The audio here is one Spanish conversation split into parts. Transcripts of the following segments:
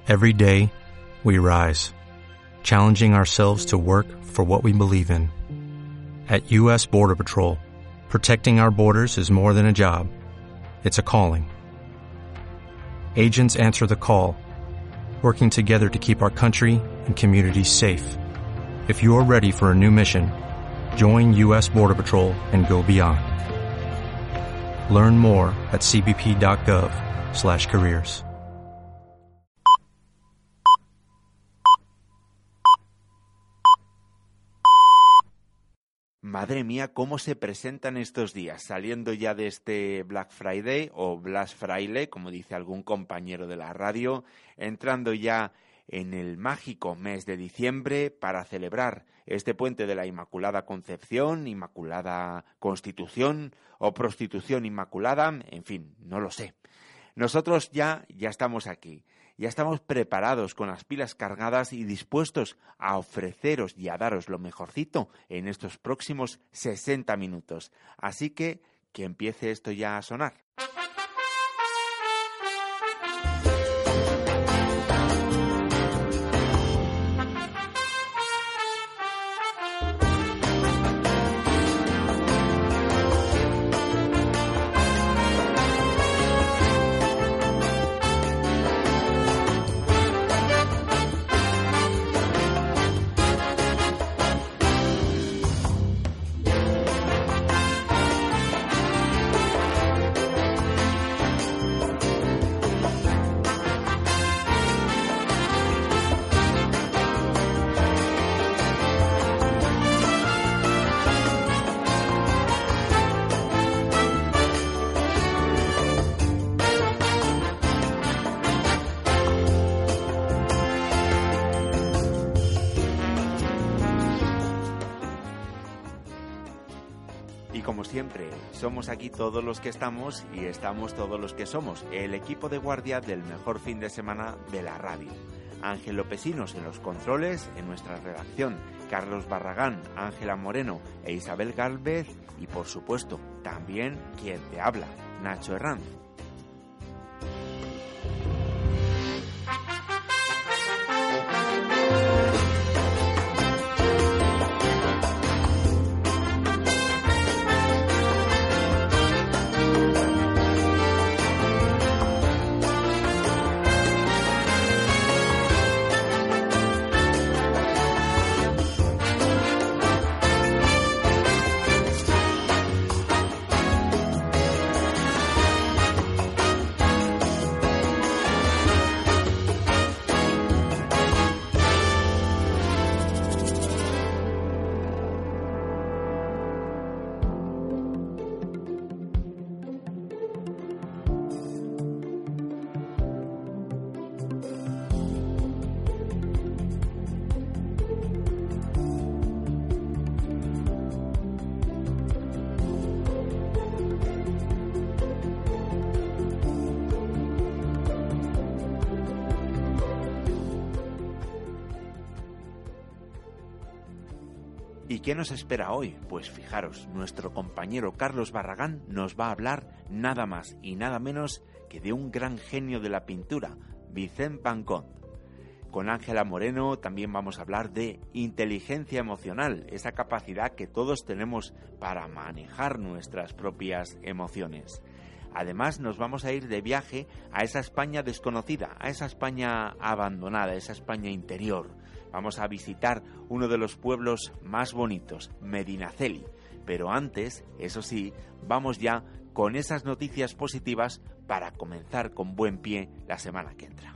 Every day, we rise, challenging ourselves to work for what we believe in. At U.S. Border Patrol, protecting our borders is more than a job. It's a calling. Agents answer the call, working together to keep our country and communities safe. If you are ready for a new mission, join U.S. Border Patrol and go beyond. Learn more at cbp.gov/careers. Madre mía, cómo se presentan estos días, saliendo ya de este Black Friday o Black Friday, como dice algún compañero de la radio, entrando ya en el mágico mes de diciembre para celebrar este puente de la Inmaculada Concepción, Inmaculada Constitución o Prostitución Inmaculada, en fin, no lo sé. Nosotros ya estamos aquí. Ya estamos preparados con las pilas cargadas y dispuestos a ofreceros y a daros lo mejorcito en estos próximos 60 minutos. Así que empiece esto ya a sonar. Siempre, somos aquí todos los que estamos y estamos todos los que somos, el equipo de guardia del mejor fin de semana de la radio. Ángel Lopesinos en los controles, en nuestra redacción, Carlos Barragán, Ángela Moreno e Isabel Gálvez y por supuesto también quien te habla, Nacho Herranz. ¿Y qué nos espera hoy? Pues fijaros, nuestro compañero Carlos Barragán nos va a hablar nada más y nada menos que de un gran genio de la pintura, Vicent Van Gogh. Con Ángela Moreno también vamos a hablar de inteligencia emocional, esa capacidad que todos tenemos para manejar nuestras propias emociones. Además, nos vamos a ir de viaje a esa España desconocida, a esa España abandonada, a esa España interior. Vamos a visitar uno de los pueblos más bonitos, Medinaceli. Pero antes, eso sí, vamos ya con esas noticias positivas para comenzar con buen pie la semana que entra.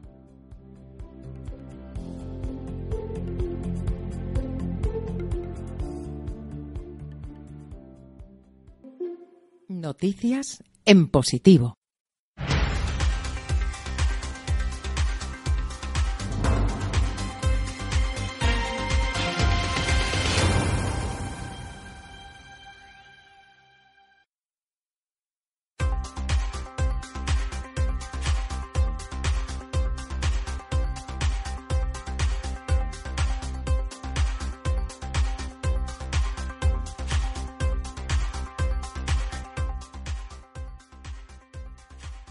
Noticias en positivo.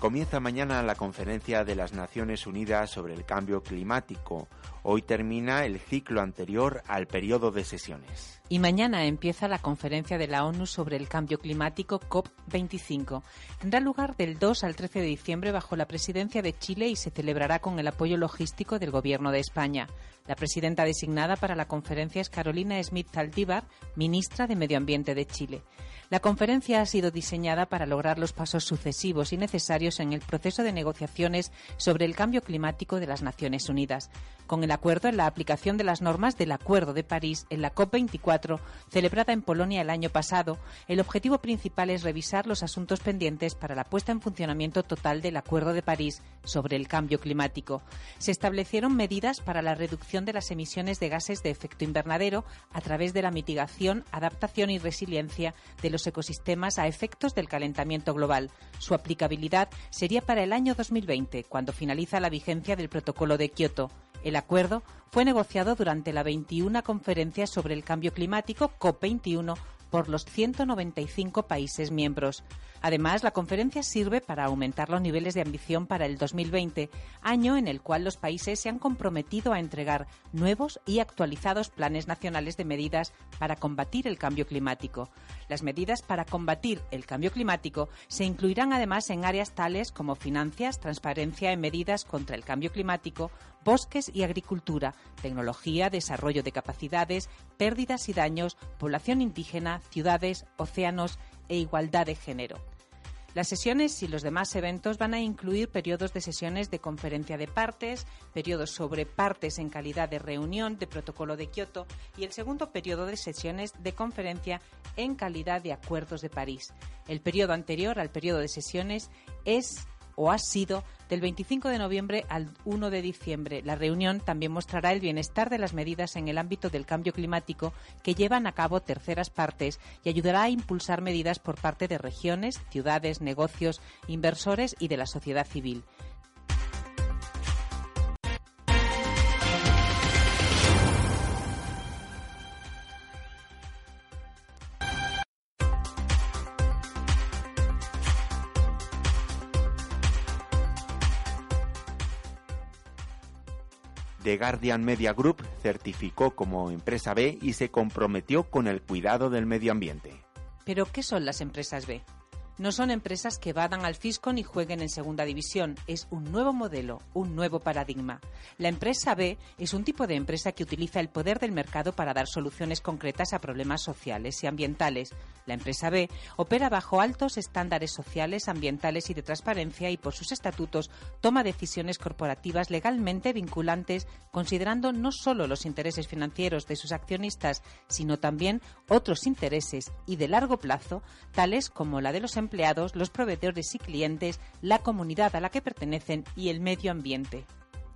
Comienza mañana la Conferencia de las Naciones Unidas sobre el Cambio Climático. Hoy termina el ciclo anterior al periodo de sesiones. Y mañana empieza la Conferencia de la ONU sobre el Cambio Climático COP25. Tendrá lugar del 2 al 13 de diciembre bajo la presidencia de Chile y se celebrará con el apoyo logístico del Gobierno de España. La presidenta designada para la conferencia es Carolina Smith-Zaldívar, ministra de Medio Ambiente de Chile. La conferencia ha sido diseñada para lograr los pasos sucesivos y necesarios en el proceso de negociaciones sobre el cambio climático de las Naciones Unidas. Con el acuerdo en la aplicación de las normas del Acuerdo de París en la COP24, celebrada en Polonia el año pasado, el objetivo principal es revisar los asuntos pendientes para la puesta en funcionamiento total del Acuerdo de París sobre el cambio climático. Se establecieron medidas para la reducción de las emisiones de gases de efecto invernadero a través de la mitigación, adaptación y resiliencia de los ecosistemas a efectos del calentamiento global. Su aplicabilidad sería para el año 2020, cuando finaliza la vigencia del Protocolo de Kioto. El acuerdo fue negociado durante la 21 Conferencia sobre el Cambio Climático, COP21, por los 195 países miembros. Además, la conferencia sirve para aumentar los niveles de ambición para el 2020, año en el cual los países se han comprometido a entregar nuevos y actualizados planes nacionales de medidas para combatir el cambio climático. Las medidas para combatir el cambio climático se incluirán además en áreas tales como finanzas, transparencia en medidas contra el cambio climático, bosques y agricultura, tecnología, desarrollo de capacidades, pérdidas y daños, población indígena, ciudades, océanos e igualdad de género. Las sesiones y los demás eventos van a incluir periodos de sesiones de conferencia de partes, periodos sobre partes en calidad de reunión de Protocolo de Kioto y el segundo periodo de sesiones de conferencia en calidad de Acuerdos de París. El periodo anterior al periodo de sesiones ha sido del 25 de noviembre al 1 de diciembre. La reunión también mostrará el bienestar de las medidas en el ámbito del cambio climático que llevan a cabo terceras partes y ayudará a impulsar medidas por parte de regiones, ciudades, negocios, inversores y de la sociedad civil. The Guardian Media Group certificó como empresa B y se comprometió con el cuidado del medio ambiente. ¿Pero qué son las empresas B? No son empresas que vadan al fisco ni jueguen en segunda división. Es un nuevo modelo, un nuevo paradigma. La empresa B es un tipo de empresa que utiliza el poder del mercado para dar soluciones concretas a problemas sociales y ambientales. La empresa B opera bajo altos estándares sociales, ambientales y de transparencia y por sus estatutos toma decisiones corporativas legalmente vinculantes, considerando no solo los intereses financieros de sus accionistas, sino también otros intereses y de largo plazo, tales como la de los empleados, los proveedores y clientes, la comunidad a la que pertenecen y el medio ambiente.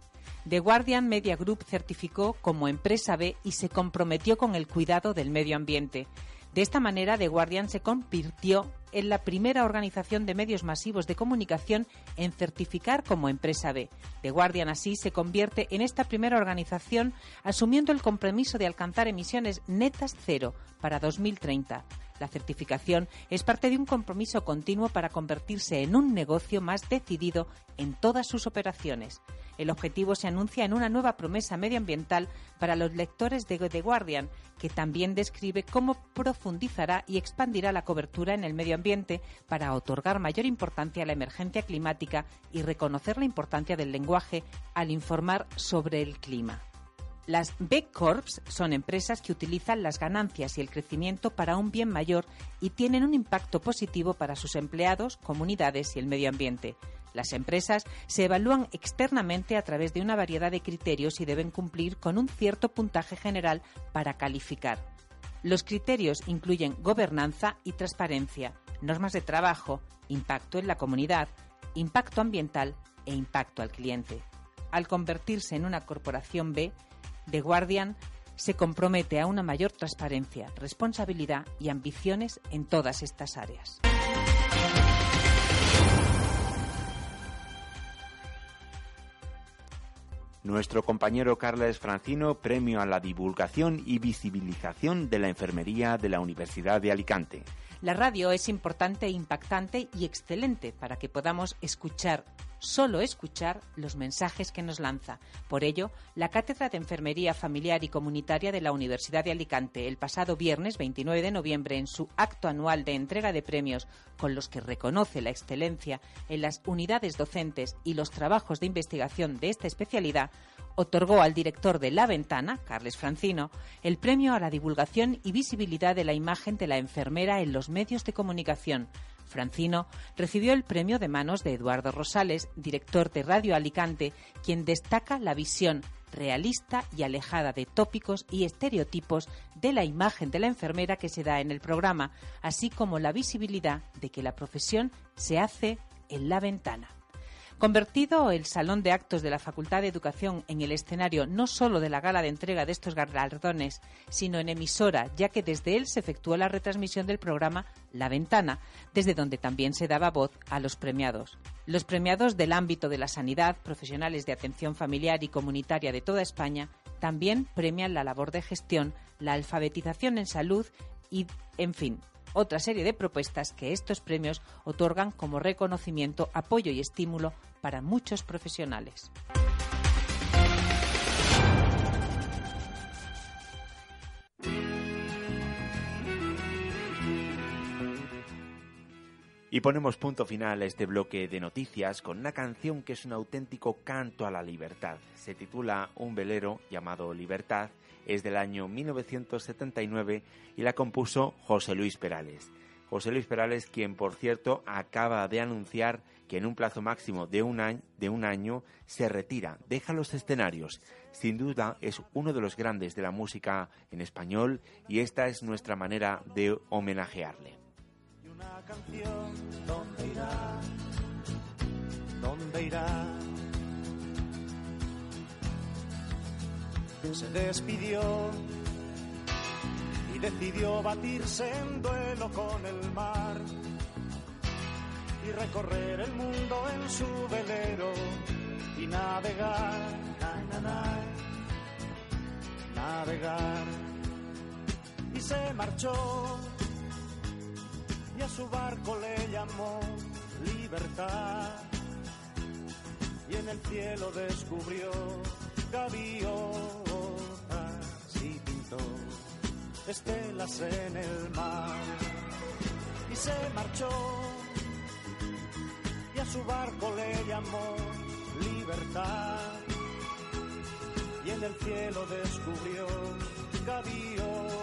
The Guardian Media Group certificó como empresa B y se comprometió con el cuidado del medio ambiente. De esta manera, The Guardian se convirtió en la primera organización de medios masivos de comunicación en certificar como empresa B. The Guardian así se convierte en esta primera organización asumiendo el compromiso de alcanzar emisiones netas cero para 2030. La certificación es parte de un compromiso continuo para convertirse en un negocio más decidido en todas sus operaciones. El objetivo se anuncia en una nueva promesa medioambiental para los lectores de The Guardian, que también describe cómo profundizará y expandirá la cobertura en el medio ambiente para otorgar mayor importancia a la emergencia climática y reconocer la importancia del lenguaje al informar sobre el clima. Las B Corps son empresas que utilizan las ganancias y el crecimiento para un bien mayor y tienen un impacto positivo para sus empleados, comunidades y el medio ambiente. Las empresas se evalúan externamente a través de una variedad de criterios y deben cumplir con un cierto puntaje general para calificar. Los criterios incluyen gobernanza y transparencia, normas de trabajo, impacto en la comunidad, impacto ambiental e impacto al cliente. Al convertirse en una corporación B, The Guardian se compromete a una mayor transparencia, responsabilidad y ambiciones en todas estas áreas. Nuestro compañero Carles Francino, premio a la divulgación y visibilización de la enfermería de la Universidad de Alicante. La radio es importante, impactante y excelente para que podamos escuchar, solo escuchar, los mensajes que nos lanza. Por ello, la Cátedra de Enfermería Familiar y Comunitaria de la Universidad de Alicante, el pasado viernes 29 de noviembre, en su acto anual de entrega de premios con los que reconoce la excelencia en las unidades docentes y los trabajos de investigación de esta especialidad, otorgó al director de La Ventana, Carles Francino, el premio a la divulgación y visibilidad de la imagen de la enfermera en los medios de comunicación. Francino recibió el premio de manos de Eduardo Rosales, director de Radio Alicante, quien destaca la visión realista y alejada de tópicos y estereotipos de la imagen de la enfermera que se da en el programa, así como la visibilidad de que la profesión se hace en La Ventana. Convertido el Salón de Actos de la Facultad de Educación en el escenario no solo de la gala de entrega de estos galardones, sino en emisora, ya que desde él se efectuó la retransmisión del programa La Ventana, desde donde también se daba voz a los premiados. Los premiados del ámbito de la sanidad, profesionales de atención familiar y comunitaria de toda España, también premian la labor de gestión, la alfabetización en salud y, en fin, otra serie de propuestas que estos premios otorgan como reconocimiento, apoyo y estímulo para muchos profesionales. Y ponemos punto final a este bloque de noticias con una canción que es un auténtico canto a la libertad. Se titula Un velero llamado Libertad, es del año 1979 y la compuso José Luis Perales. José Luis Perales, quien por cierto acaba de anunciar que en un plazo máximo de un año se retira, deja los escenarios. Sin duda es uno de los grandes de la música en español y esta es nuestra manera de homenajearle. Y una canción, ¿dónde irá? ¿Dónde irá? Se despidió y decidió batirse en duelo con el mar y recorrer el mundo en su velero y navegar, navegar. Y se marchó y a su barco le llamó Libertad y en el cielo descubrió gaviotas y pintó estelas en el mar y se marchó y a su barco le llamó Libertad y en el cielo descubrió gaviotas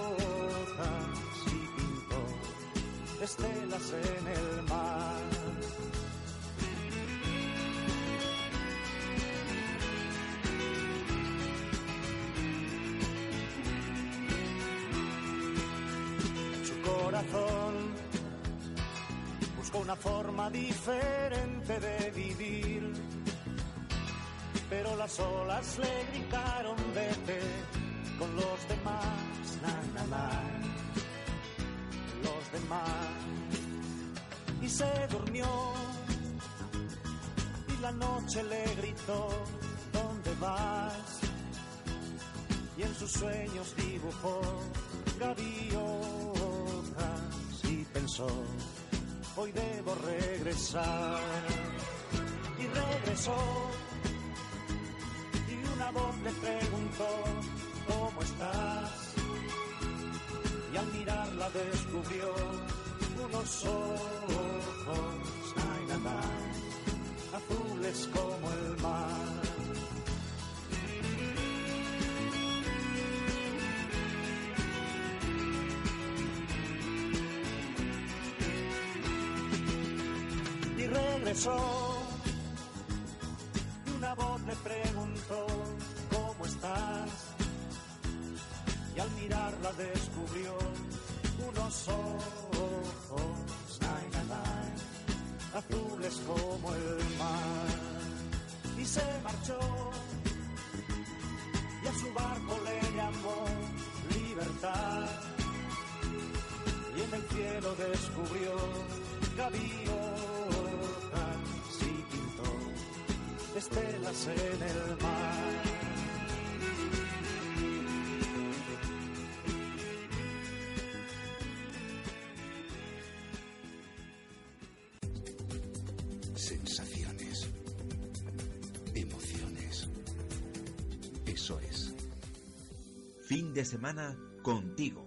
y pintó estelas en el mar. Buscó una forma diferente de vivir, pero las olas le gritaron vete con los demás, los demás. Y se durmió y la noche le gritó ¿dónde vas? Y en sus sueños dibujó gaviotas y pensó hoy debo regresar y regresó y una voz le preguntó ¿cómo estás? Y al mirarla descubrió unos ojos azules como el mar. Y regresó y una voz le preguntó ¿cómo estás? Y al mirarla descubrió unos ojos azules como el mar. Y se marchó y a su barco le llamó Libertad y en el cielo descubrió gaviotas y pintó estelas en el mar. Eso es. Fin de semana contigo.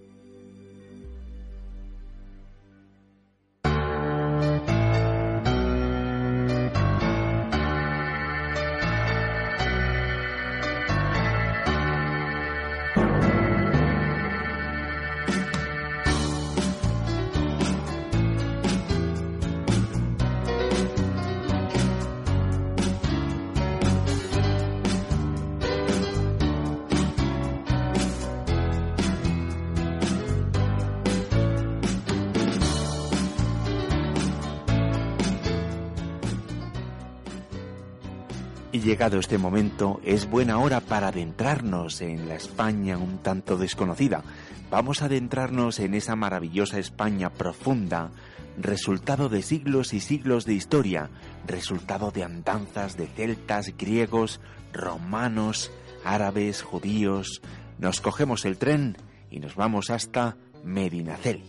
Y llegado este momento, es buena hora para adentrarnos en la España un tanto desconocida. Vamos a adentrarnos en esa maravillosa España profunda, resultado de siglos y siglos de historia, resultado de andanzas de celtas, griegos, romanos, árabes, judíos. Nos cogemos el tren y nos vamos hasta Medinaceli.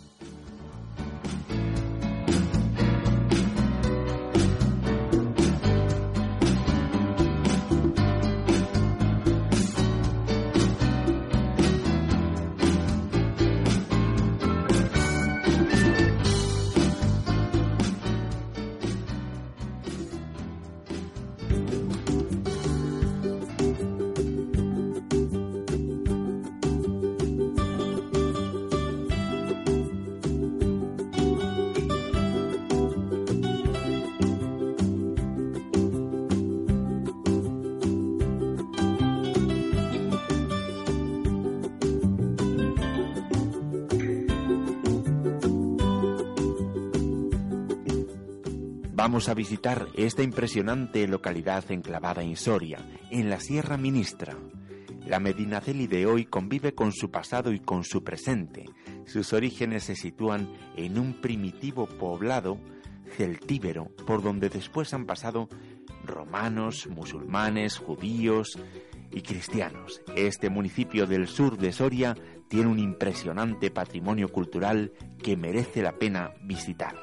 Vamos a visitar esta impresionante localidad enclavada en Soria, en la Sierra Ministra. La Medinaceli de hoy convive con su pasado y con su presente. Sus orígenes se sitúan en un primitivo poblado celtíbero, por donde después han pasado romanos, musulmanes, judíos y cristianos. Este municipio del sur de Soria tiene un impresionante patrimonio cultural que merece la pena visitar.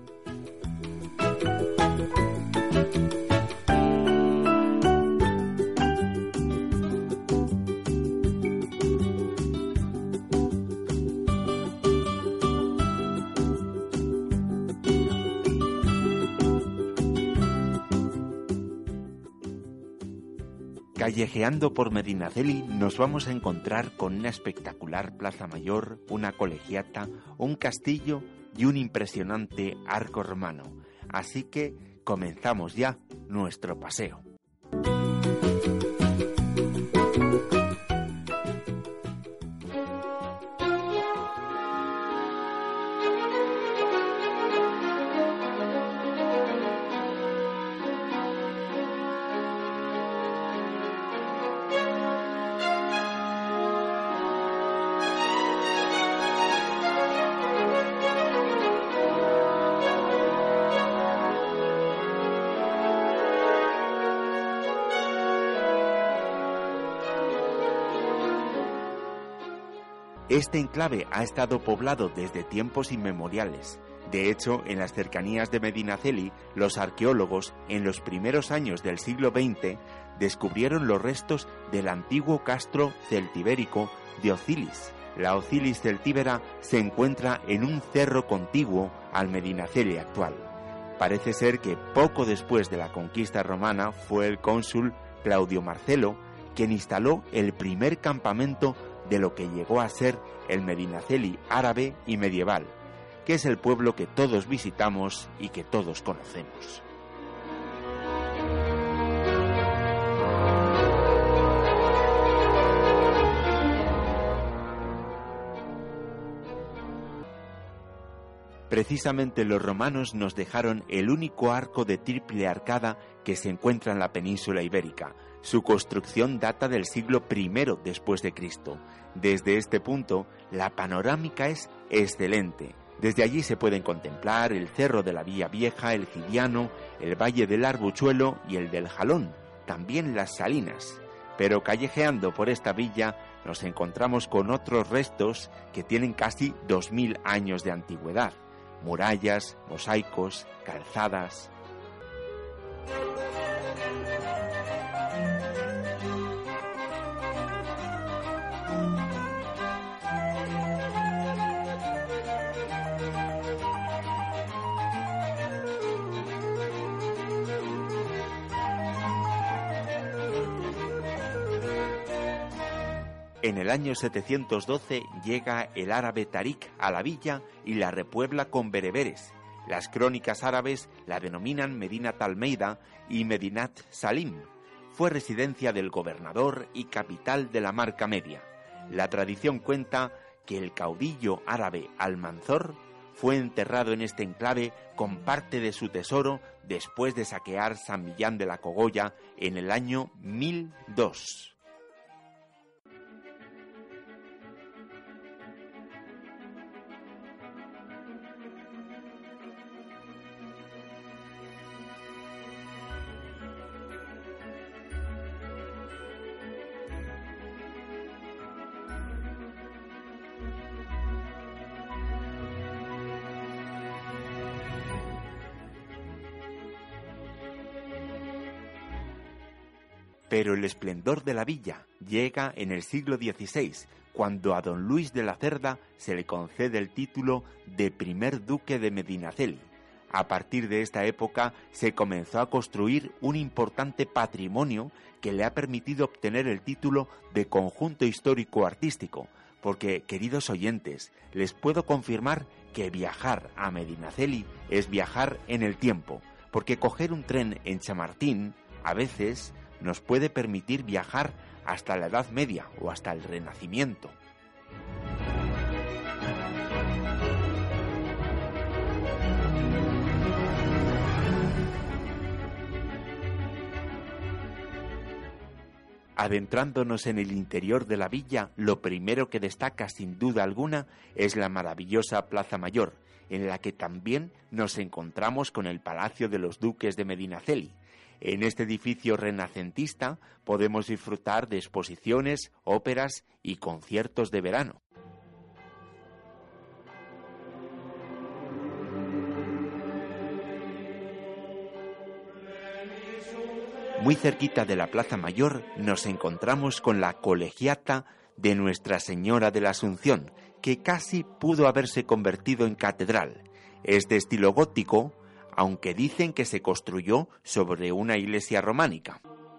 Callejeando por Medinaceli nos vamos a encontrar con una espectacular plaza mayor, una colegiata, un castillo y un impresionante arco romano. Así que comenzamos ya nuestro paseo. Este enclave ha estado poblado desde tiempos inmemoriales. De hecho, en las cercanías de Medinaceli, los arqueólogos, en los primeros años del siglo XX, descubrieron los restos del antiguo castro celtibérico de Ocilis. La Ocilis celtíbera se encuentra en un cerro contiguo al Medinaceli actual. Parece ser que poco después de la conquista romana fue el cónsul Claudio Marcelo quien instaló el primer campamento de lo que llegó a ser el Medinaceli árabe y medieval, que es el pueblo que todos visitamos y que todos conocemos. Precisamente los romanos nos dejaron el único arco de triple arcada que se encuentra en la península ibérica. Su construcción data del siglo I después de Cristo. Desde este punto, la panorámica es excelente. Desde allí se pueden contemplar el Cerro de la Vía Vieja, el Gidiano, el Valle del Arbuchuelo y el del Jalón, también las Salinas. Pero callejeando por esta villa nos encontramos con otros restos que tienen casi 2000 años de antigüedad. Murallas, mosaicos, calzadas. En el año 712 llega el árabe Tarik a la villa y la repuebla con bereberes. Las crónicas árabes la denominan Medinat Almeida y Medinat Salim. Fue residencia del gobernador y capital de la Marca Media. La tradición cuenta que el caudillo árabe Almanzor fue enterrado en este enclave con parte de su tesoro después de saquear San Millán de la Cogolla en el año 1002. Pero el esplendor de la villa llega en el siglo XVI, cuando a don Luis de la Cerda se le concede el título de primer duque de Medinaceli. A partir de esta época se comenzó a construir un importante patrimonio que le ha permitido obtener el título de conjunto histórico-artístico, porque, queridos oyentes, les puedo confirmar que viajar a Medinaceli es viajar en el tiempo, porque coger un tren en Chamartín, a veces, nos puede permitir viajar hasta la Edad Media o hasta el Renacimiento. Adentrándonos en el interior de la villa, lo primero que destaca sin duda alguna es la maravillosa Plaza Mayor, en la que también nos encontramos con el Palacio de los Duques de Medinaceli. En este edificio renacentista podemos disfrutar de exposiciones, óperas y conciertos de verano. Muy cerquita de la Plaza Mayor nos encontramos con la Colegiata de Nuestra Señora de la Asunción, que casi pudo haberse convertido en catedral. Es de estilo gótico, aunque dicen que se construyó sobre una iglesia románica.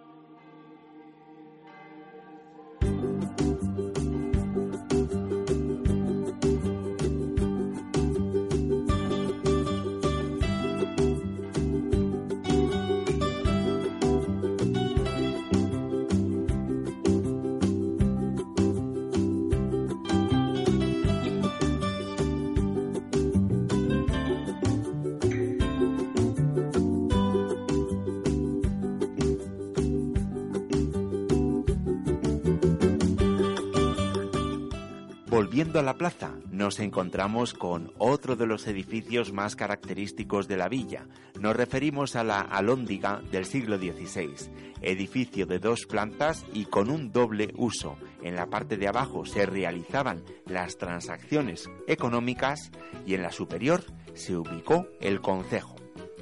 Volviendo a la plaza, nos encontramos con otro de los edificios más característicos de la villa. Nos referimos a la Alhóndiga del siglo XVI, edificio de 2 plantas y con un doble uso. En la parte de abajo se realizaban las transacciones económicas y en la superior se ubicó el concejo.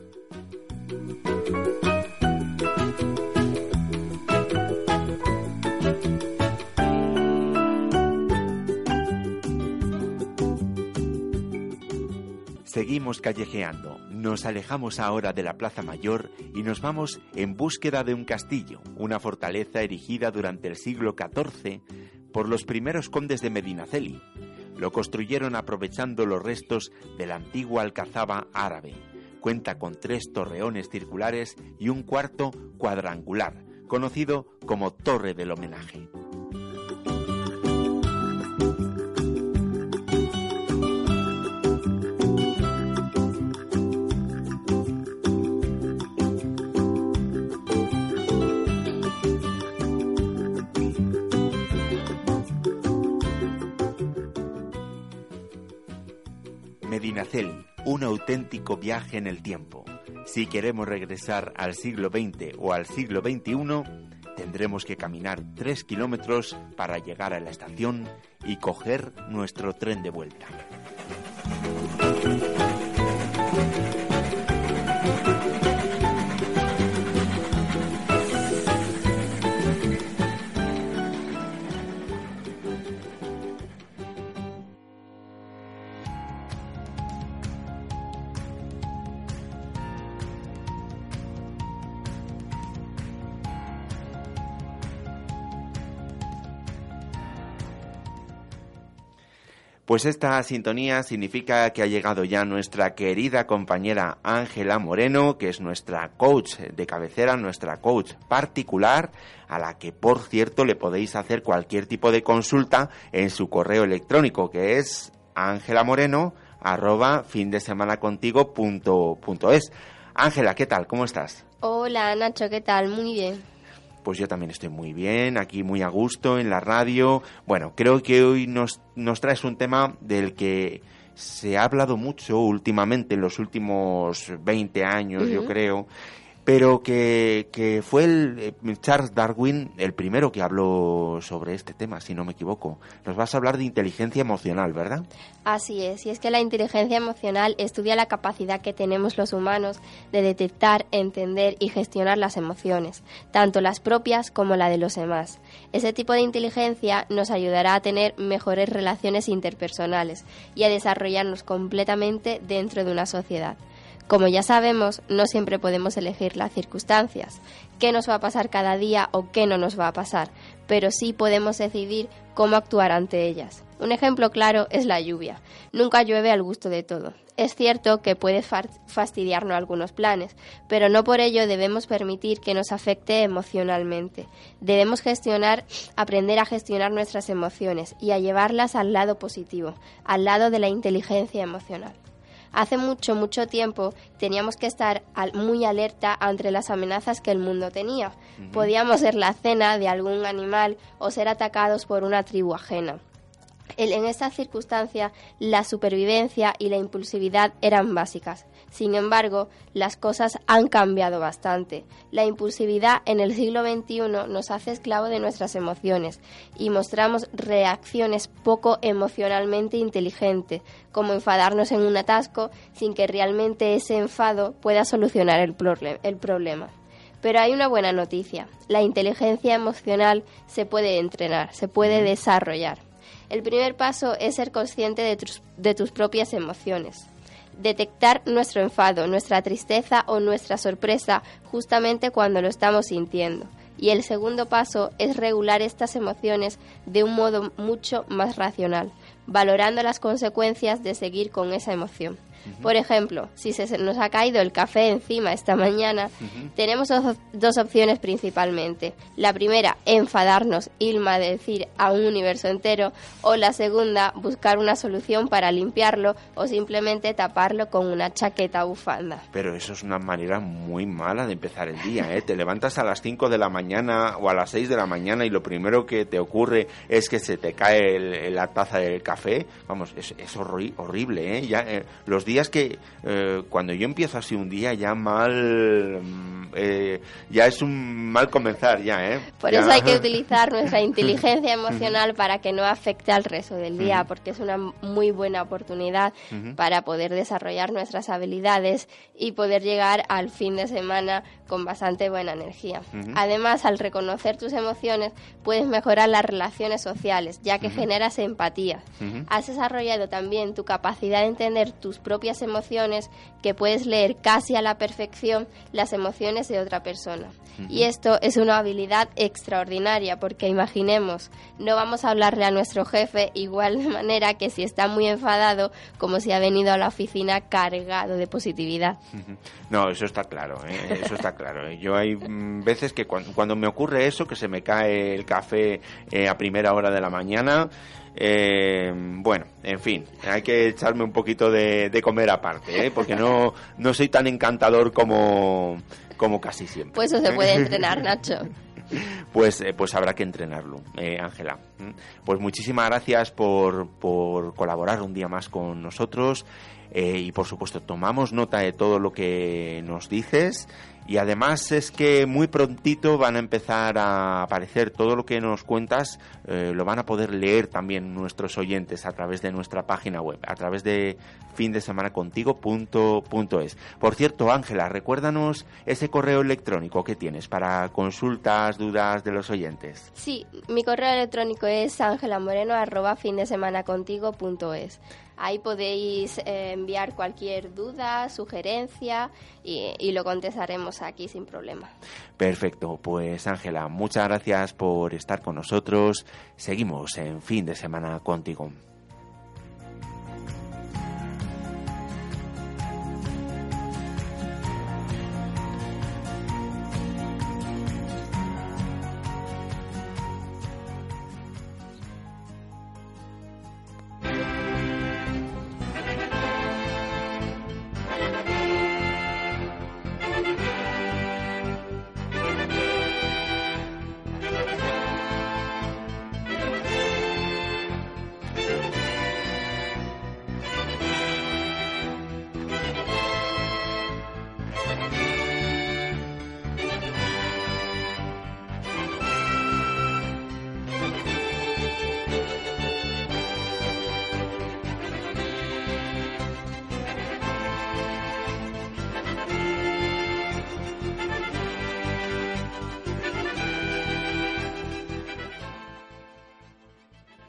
Seguimos callejeando, nos alejamos ahora de la Plaza Mayor y nos vamos en búsqueda de un castillo, una fortaleza erigida durante el siglo XIV por los primeros condes de Medinaceli. Lo construyeron aprovechando los restos de la antigua alcazaba árabe. Cuenta con 3 torreones circulares y un cuarto cuadrangular, conocido como Torre del Homenaje. Medinaceli, un auténtico viaje en el tiempo. Si queremos regresar al siglo XX o al siglo XXI, tendremos que caminar 3 kilómetros para llegar a la estación y coger nuestro tren de vuelta. Pues esta sintonía significa que ha llegado ya nuestra querida compañera Ángela Moreno, que es nuestra coach de cabecera, nuestra coach particular, a la que, por cierto, le podéis hacer cualquier tipo de consulta en su correo electrónico, que es angelamoreno@findesemanacontigo.es. Ángela, ¿qué tal? ¿Cómo estás? Hola, Nacho, ¿qué tal? Muy bien. Pues yo también estoy muy bien, aquí muy a gusto en la radio. Bueno, creo que hoy nos traes un tema del que se ha hablado mucho últimamente, en los últimos 20 años, yo creo, pero que fue Charles Darwin el primero que habló sobre este tema, si no me equivoco. Nos vas a hablar de inteligencia emocional, ¿verdad? Así es, y es que la inteligencia emocional estudia la capacidad que tenemos los humanos de detectar, entender y gestionar las emociones, tanto las propias como la de los demás. Ese tipo de inteligencia nos ayudará a tener mejores relaciones interpersonales y a desarrollarnos completamente dentro de una sociedad. Como ya sabemos, no siempre podemos elegir las circunstancias, qué nos va a pasar cada día o qué no nos va a pasar, pero sí podemos decidir cómo actuar ante ellas. Un ejemplo claro es la lluvia. Nunca llueve al gusto de todo. Es cierto que puede fastidiarnos algunos planes, pero no por ello debemos permitir que nos afecte emocionalmente. Debemos aprender a gestionar nuestras emociones y a llevarlas al lado positivo, al lado de la inteligencia emocional. Hace mucho tiempo teníamos que estar muy alerta ante las amenazas que el mundo tenía. Podíamos ser la cena de algún animal o ser atacados por una tribu ajena. En estas circunstancias, la supervivencia y la impulsividad eran básicas. Sin embargo, las cosas han cambiado bastante. La impulsividad en el siglo XXI nos hace esclavos de nuestras emociones y mostramos reacciones poco emocionalmente inteligentes, como enfadarnos en un atasco sin que realmente ese enfado pueda solucionar el problema. Pero hay una buena noticia. La inteligencia emocional se puede entrenar, se puede desarrollar. El primer paso es ser consciente de tus propias emociones. Detectar nuestro enfado, nuestra tristeza o nuestra sorpresa justamente cuando lo estamos sintiendo. Y el segundo paso es regular estas emociones de un modo mucho más racional, valorando las consecuencias de seguir con esa emoción. Por ejemplo, si se nos ha caído el café encima esta mañana, tenemos dos opciones principalmente. La primera, enfadarnos y maldecir a un universo entero, o la segunda, buscar una solución para limpiarlo o simplemente taparlo con una chaqueta bufanda. Pero eso es una manera muy mala de empezar el día, ¿eh? Te levantas a las 5 de la mañana o a las 6 de la mañana y lo primero que te ocurre es que se te cae la taza del café. Vamos, es horrible, ¿eh? Ya, los días que cuando yo empiezo así un día ya ya es un mal comenzar ya, ¿eh? Por eso hay que utilizar nuestra inteligencia emocional para que no afecte al resto del día, porque es una muy buena oportunidad para poder desarrollar nuestras habilidades y poder llegar al fin de semana con bastante buena energía. Además, al reconocer tus emociones, puedes mejorar las relaciones sociales, ya que generas empatía. Has desarrollado también tu capacidad de entender tus propias emociones, que puedes leer casi a la perfección las emociones de otra persona. Y esto es una habilidad extraordinaria, porque imaginemos, no vamos a hablarle a nuestro jefe igual de manera que si está muy enfadado, como si ha venido a la oficina cargado de positividad. No, eso está claro, ¿eh? Eso está claro. Yo hay veces que cuando me ocurre eso, que se me cae el café a primera hora de la mañana, bueno, en fin, hay que echarme un poquito de comer aparte, ¿eh? Porque no soy tan encantador como casi siempre. Pues eso se puede entrenar, Nacho. Pues habrá que entrenarlo, Ángela. Pues muchísimas gracias por colaborar un día más con nosotros, y por supuesto tomamos nota de todo lo que nos dices. Y además es que muy prontito van a empezar a aparecer todo lo que nos cuentas, lo van a poder leer también nuestros oyentes a través de nuestra página web, a través de findesemanacontigo.es. Por cierto, Ángela, recuérdanos ese correo electrónico que tienes para consultas, dudas de los oyentes. Sí, mi correo electrónico es angelamoreno@findesemanacontigo.es. Ahí podéis enviar cualquier duda, sugerencia y lo contestaremos aquí sin problema. Perfecto, pues Ángela, muchas gracias por estar con nosotros. Seguimos en Fin de Semana Contigo.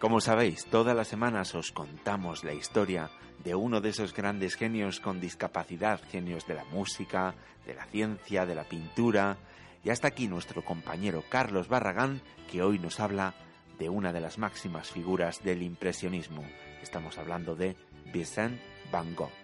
Como sabéis, todas las semanas os contamos la historia de uno de esos grandes genios con discapacidad, genios de la música, de la ciencia, de la pintura. Y hasta aquí nuestro compañero Carlos Barragán, que hoy nos habla de una de las máximas figuras del impresionismo. Estamos hablando de Vincent van Gogh.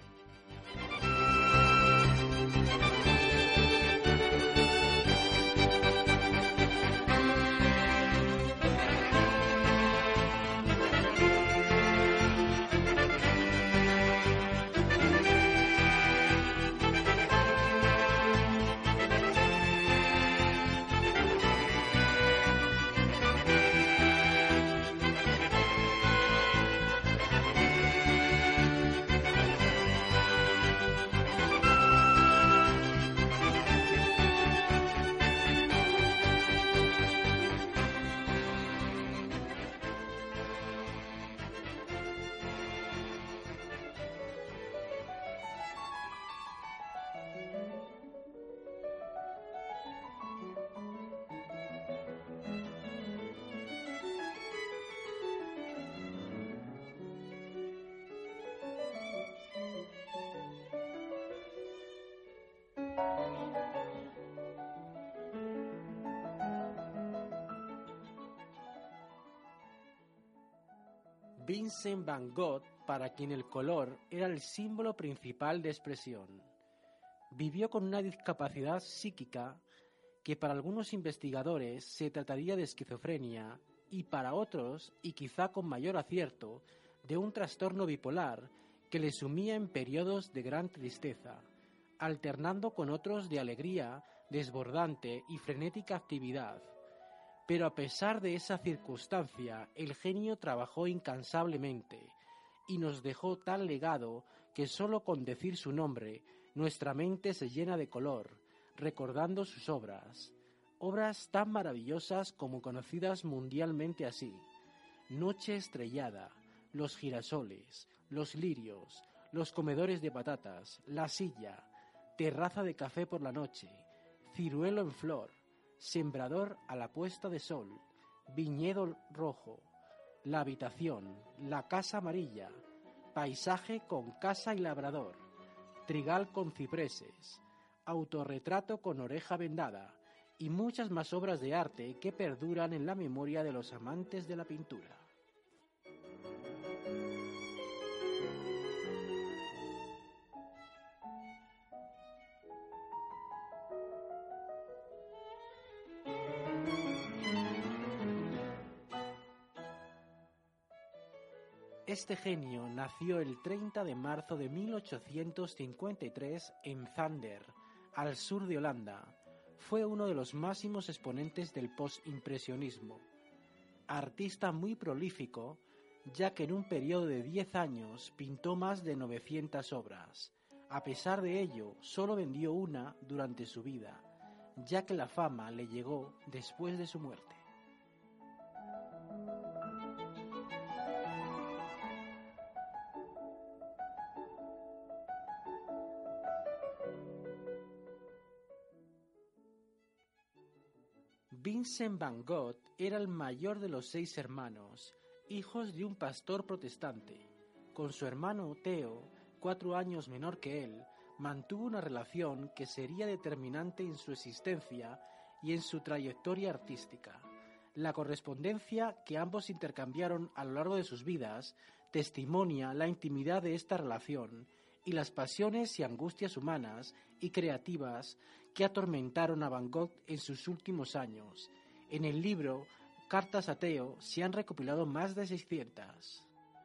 Vincent van Gogh, para quien el color era el símbolo principal de expresión. Vivió con una discapacidad psíquica que para algunos investigadores se trataría de esquizofrenia y para otros, y quizá con mayor acierto, de un trastorno bipolar que le sumía en periodos de gran tristeza, alternando con otros de alegría, desbordante y frenética actividad. Pero a pesar de esa circunstancia, el genio trabajó incansablemente y nos dejó tal legado que solo con decir su nombre, nuestra mente se llena de color, recordando sus obras tan maravillosas como conocidas mundialmente así: Noche estrellada, Los girasoles, Los lirios, Los comedores de patatas, La silla, Terraza de café por la noche, Ciruelo en flor, Sembrador a la puesta de sol, Viñedo rojo, La habitación, La casa amarilla, Paisaje con casa y labrador, Trigal con cipreses, Autorretrato con oreja vendada y muchas más obras de arte que perduran en la memoria de los amantes de la pintura. Este genio nació el 30 de marzo de 1853 en Zander, al sur de Holanda. Fue uno de los máximos exponentes del postimpresionismo. Artista muy prolífico, ya que en un periodo de 10 años pintó más de 900 obras. A pesar de ello, solo vendió una durante su vida, ya que la fama le llegó después de su muerte. Vincent van Gogh era el mayor de los 6 hermanos, hijos de un pastor protestante. Con su hermano Theo, 4 años menor que él, mantuvo una relación que sería determinante en su existencia y en su trayectoria artística. La correspondencia que ambos intercambiaron a lo largo de sus vidas testimonia la intimidad de esta relación y las pasiones y angustias humanas y creativas que atormentaron a Van Gogh en sus últimos años. En el libro Cartas a Theo se han recopilado más de 600.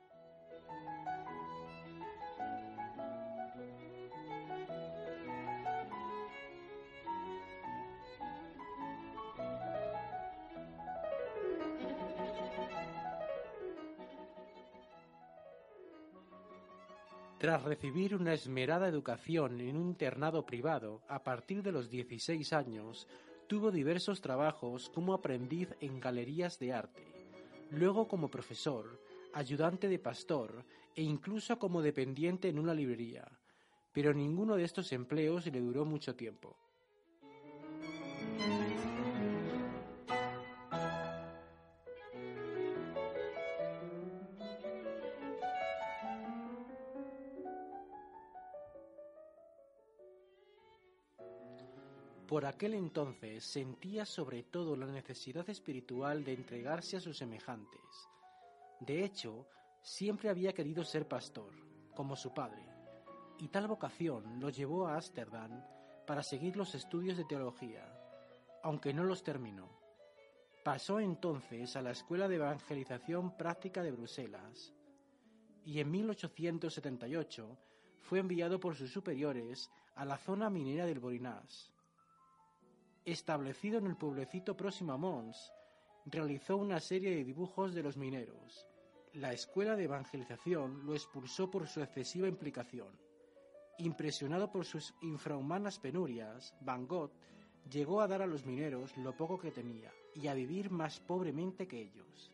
Tras recibir una esmerada educación en un internado privado, a partir de los 16 años, tuvo diversos trabajos como aprendiz en galerías de arte, luego como profesor, ayudante de pastor e incluso como dependiente en una librería, pero ninguno de estos empleos le duró mucho tiempo. Por aquel entonces sentía sobre todo la necesidad espiritual de entregarse a sus semejantes. De hecho, siempre había querido ser pastor, como su padre, y tal vocación lo llevó a Ámsterdam para seguir los estudios de teología, aunque no los terminó. Pasó entonces a la Escuela de Evangelización Práctica de Bruselas, y en 1878 fue enviado por sus superiores a la zona minera del Borinage. Establecido en el pueblecito próximo a Mons, realizó una serie de dibujos de los mineros. La escuela de evangelización lo expulsó por su excesiva implicación. Impresionado por sus infrahumanas penurias, Van Gogh llegó a dar a los mineros lo poco que tenía y a vivir más pobremente que ellos.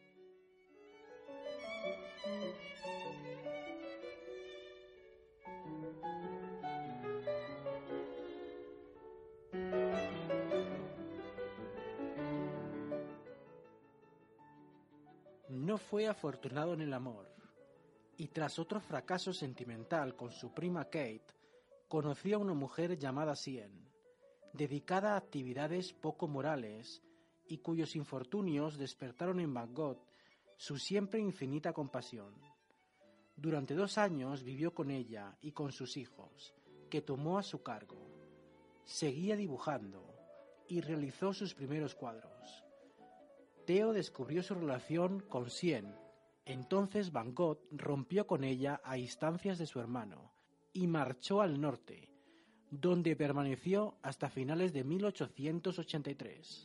No fue afortunado en el amor, y tras otro fracaso sentimental con su prima Kate, conoció a una mujer llamada Sien, dedicada a actividades poco morales y cuyos infortunios despertaron en Van Gogh su siempre infinita compasión. Durante 2 años vivió con ella y con sus hijos, que tomó a su cargo. Seguía dibujando y realizó sus primeros cuadros. Theo descubrió su relación con Sien. Entonces Van Gogh rompió con ella a instancias de su hermano y marchó al norte, donde permaneció hasta finales de 1883.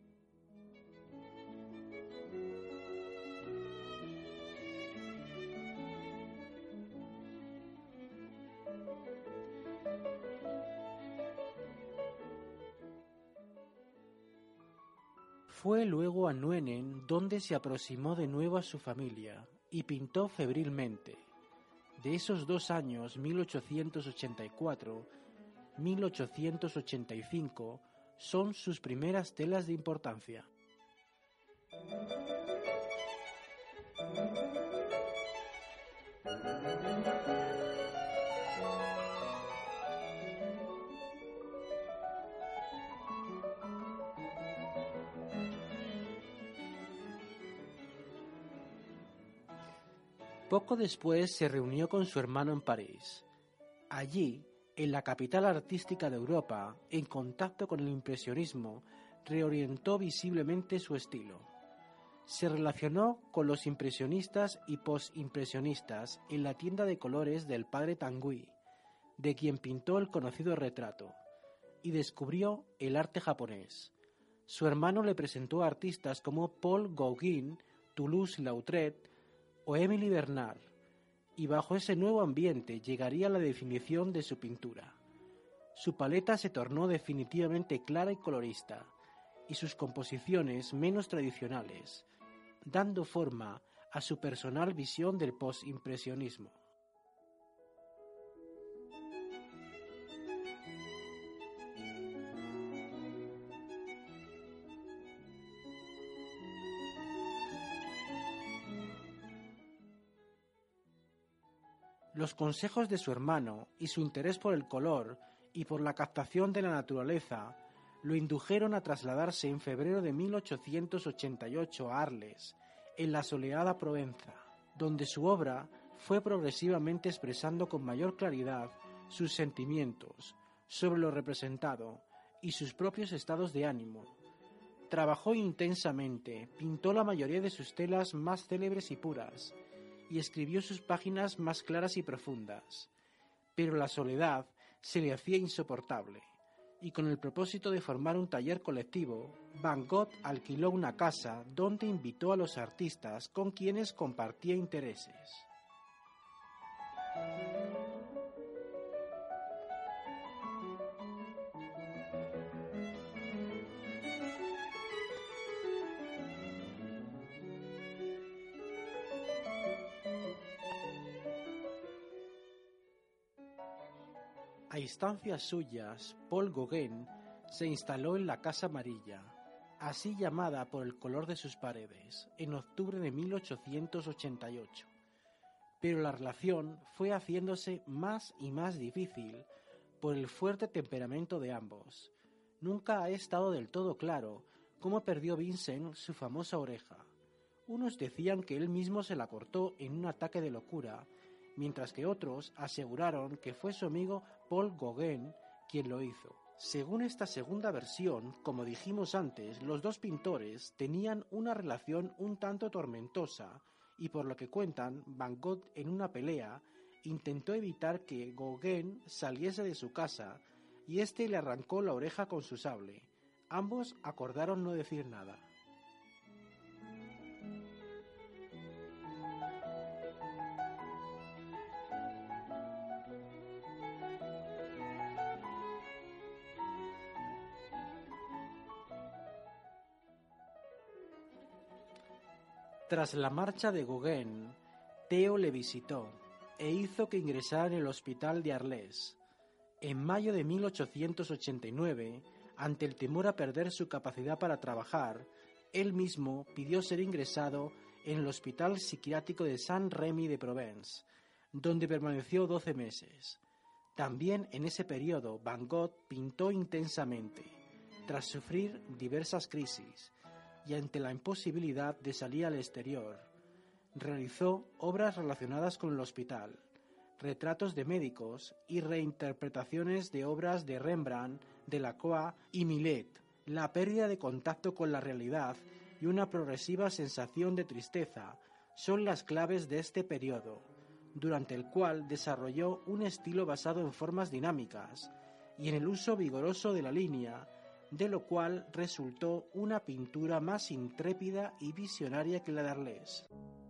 Fue luego a Nuenen, donde se aproximó de nuevo a su familia y pintó febrilmente. De esos 2 años, 1884-1885, son sus primeras telas de importancia. Poco después se reunió con su hermano en París. Allí, en la capital artística de Europa, en contacto con el impresionismo, reorientó visiblemente su estilo. Se relacionó con los impresionistas y postimpresionistas en la tienda de colores del padre Tanguy, de quien pintó el conocido retrato, y descubrió el arte japonés. Su hermano le presentó a artistas como Paul Gauguin, Toulouse-Lautrec o Émile Bernard, y bajo ese nuevo ambiente llegaría la definición de su pintura. Su paleta se tornó definitivamente clara y colorista, y sus composiciones menos tradicionales, dando forma a su personal visión del postimpresionismo. Los consejos de su hermano y su interés por el color y por la captación de la naturaleza lo indujeron a trasladarse en febrero de 1888 a Arles, en la soleada Provenza, donde su obra fue progresivamente expresando con mayor claridad sus sentimientos sobre lo representado y sus propios estados de ánimo. Trabajó intensamente, pintó la mayoría de sus telas más célebres y puras, y escribió sus páginas más claras y profundas, pero la soledad se le hacía insoportable, y con el propósito de formar un taller colectivo, Van Gogh alquiló una casa donde invitó a los artistas con quienes compartía intereses. A instancias suyas, Paul Gauguin se instaló en la Casa Amarilla, así llamada por el color de sus paredes, en octubre de 1888. Pero la relación fue haciéndose más y más difícil por el fuerte temperamento de ambos. Nunca ha estado del todo claro cómo perdió Vincent su famosa oreja. Unos decían que él mismo se la cortó en un ataque de locura, mientras que otros aseguraron que fue su amigo Paul Gauguin quien lo hizo. Según esta segunda versión, como dijimos antes, los dos pintores tenían una relación un tanto tormentosa y por lo que cuentan, Van Gogh en una pelea intentó evitar que Gauguin saliese de su casa y éste le arrancó la oreja con su sable. Ambos acordaron no decir nada. Tras la marcha de Gauguin, Theo le visitó e hizo que ingresara en el hospital de Arles. En mayo de 1889, ante el temor a perder su capacidad para trabajar, él mismo pidió ser ingresado en el Hospital Psiquiátrico de Saint-Rémy de Provence, donde permaneció 12 meses. También en ese periodo Van Gogh pintó intensamente, tras sufrir diversas crisis, y ante la imposibilidad de salir al exterior, realizó obras relacionadas con el hospital, retratos de médicos y reinterpretaciones de obras de Rembrandt, Delacroix y Millet. La pérdida de contacto con la realidad y una progresiva sensación de tristeza son las claves de este periodo, durante el cual desarrolló un estilo basado en formas dinámicas y en el uso vigoroso de la línea, de lo cual resultó una pintura más intrépida y visionaria que la de Arles.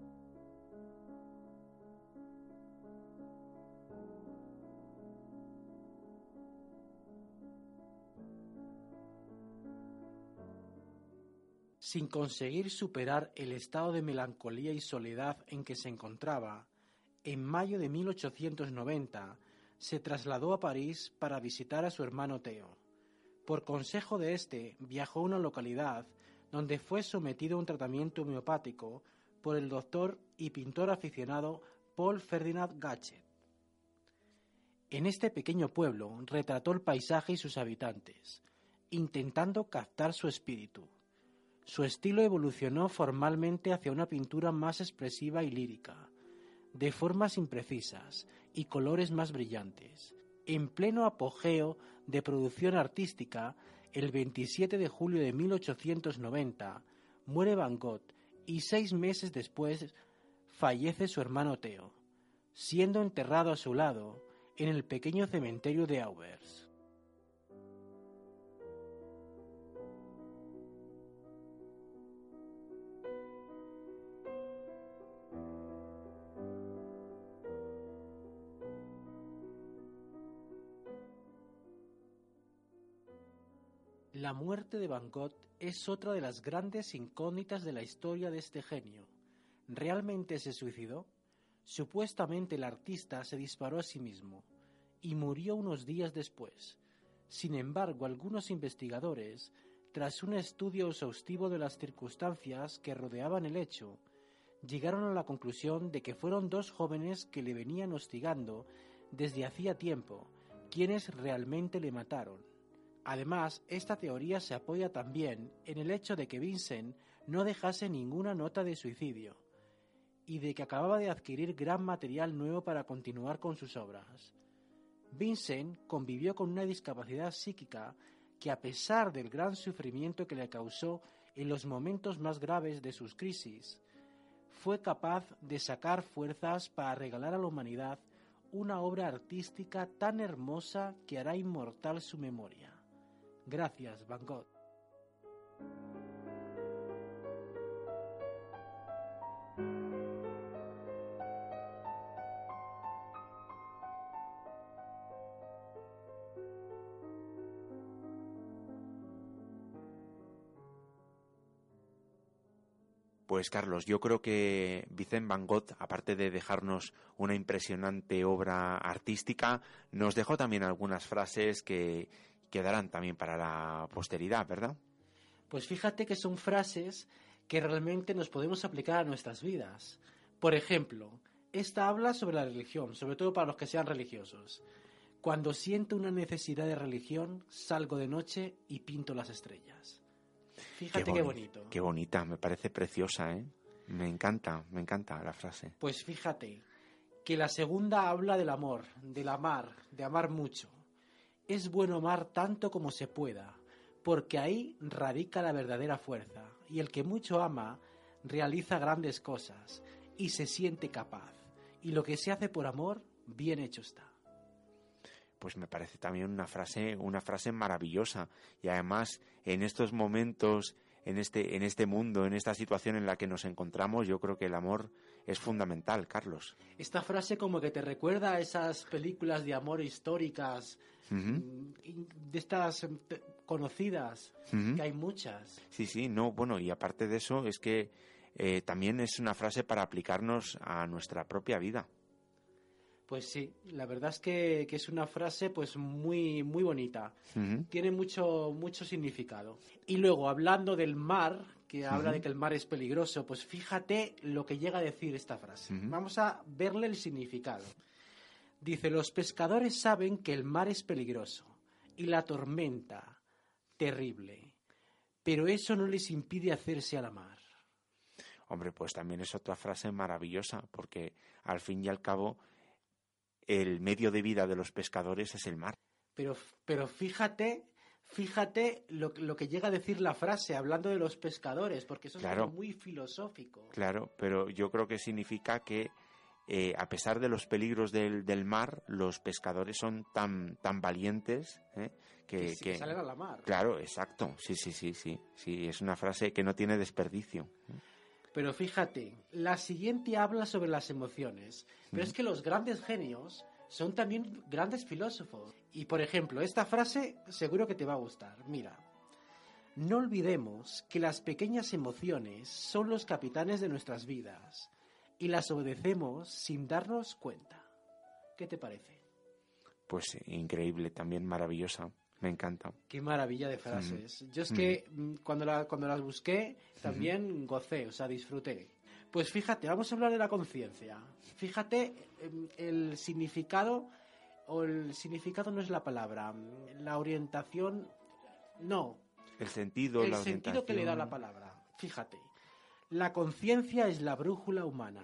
Sin conseguir superar el estado de melancolía y soledad en que se encontraba, en mayo de 1890 se trasladó a París para visitar a su hermano Theo. Por consejo de este, viajó a una localidad donde fue sometido a un tratamiento homeopático por el doctor y pintor aficionado Paul Ferdinand Gachet. En este pequeño pueblo retrató el paisaje y sus habitantes, intentando captar su espíritu. Su estilo evolucionó formalmente hacia una pintura más expresiva y lírica, de formas imprecisas y colores más brillantes. En pleno apogeo de producción artística, el 27 de julio de 1890 muere Van Gogh y 6 meses después fallece su hermano Theo, siendo enterrado a su lado en el pequeño cementerio de Auvers. La muerte de Van Gogh es otra de las grandes incógnitas de la historia de este genio. ¿Realmente se suicidó? Supuestamente el artista se disparó a sí mismo y murió unos días después. Sin embargo, algunos investigadores, tras un estudio exhaustivo de las circunstancias que rodeaban el hecho, llegaron a la conclusión de que fueron 2 jóvenes que le venían hostigando desde hacía tiempo, quienes realmente le mataron. Además, esta teoría se apoya también en el hecho de que Vincent no dejase ninguna nota de suicidio y de que acababa de adquirir gran material nuevo para continuar con sus obras. Vincent convivió con una discapacidad psíquica que, a pesar del gran sufrimiento que le causó en los momentos más graves de sus crisis, fue capaz de sacar fuerzas para regalar a la humanidad una obra artística tan hermosa que hará inmortal su memoria. Gracias, Van Gogh. Pues Carlos, yo creo que Vincent Van Gogh, aparte de dejarnos una impresionante obra artística, nos dejó también algunas frases que quedarán también para la posteridad, ¿verdad? Pues fíjate que son frases que realmente nos podemos aplicar a nuestras vidas. Por ejemplo, esta habla sobre la religión, sobre todo para los que sean religiosos. Cuando siento una necesidad de religión, salgo de noche y pinto las estrellas. Fíjate qué bonito. Qué bonita, me parece preciosa, ¿eh? Me encanta la frase. Pues fíjate que la segunda habla del amor, del amar, de amar mucho. Es bueno amar tanto como se pueda, porque ahí radica la verdadera fuerza, y el que mucho ama realiza grandes cosas y se siente capaz, y lo que se hace por amor, bien hecho está. Pues me parece también una frase maravillosa, y además en estos momentos, en este mundo, en esta situación en la que nos encontramos, yo creo que el amor es fundamental, Carlos. Esta frase como que te recuerda a esas películas de amor históricas, de estas conocidas, que hay muchas. Sí, no, bueno, y aparte de eso es que también es una frase para aplicarnos a nuestra propia vida. Pues sí, la verdad es que es una frase pues muy, muy bonita. Tiene mucho significado. Y luego, hablando del mar, que habla de que el mar es peligroso, pues fíjate lo que llega a decir esta frase. Vamos a verle el significado. Dice, los pescadores saben que el mar es peligroso y la tormenta terrible, pero eso no les impide hacerse a la mar. Hombre, pues también es otra frase maravillosa, porque al fin y al cabo el medio de vida de los pescadores es el mar. Pero fíjate lo que llega a decir la frase, hablando de los pescadores, porque eso es algo muy filosófico. Claro, pero yo creo que significa que a pesar de los peligros del mar, los pescadores son tan valientes que salen a la mar. Claro, exacto. Sí, es una frase que no tiene desperdicio. Pero fíjate, la siguiente habla sobre las emociones. Pero es que los grandes genios son también grandes filósofos. Y, por ejemplo, esta frase seguro que te va a gustar. Mira, no olvidemos que las pequeñas emociones son los capitanes de nuestras vidas y las obedecemos sin darnos cuenta. ¿Qué te parece? Pues increíble, también maravillosa. Me encanta. Qué maravilla de frases. Yo es que cuando las busqué también gocé, o sea, disfruté. Pues fíjate, vamos a hablar de la conciencia. Fíjate el significado, o el significado no es la palabra, la orientación, no. El sentido, la orientación. El sentido que le da la palabra. Fíjate, la conciencia es la brújula humana.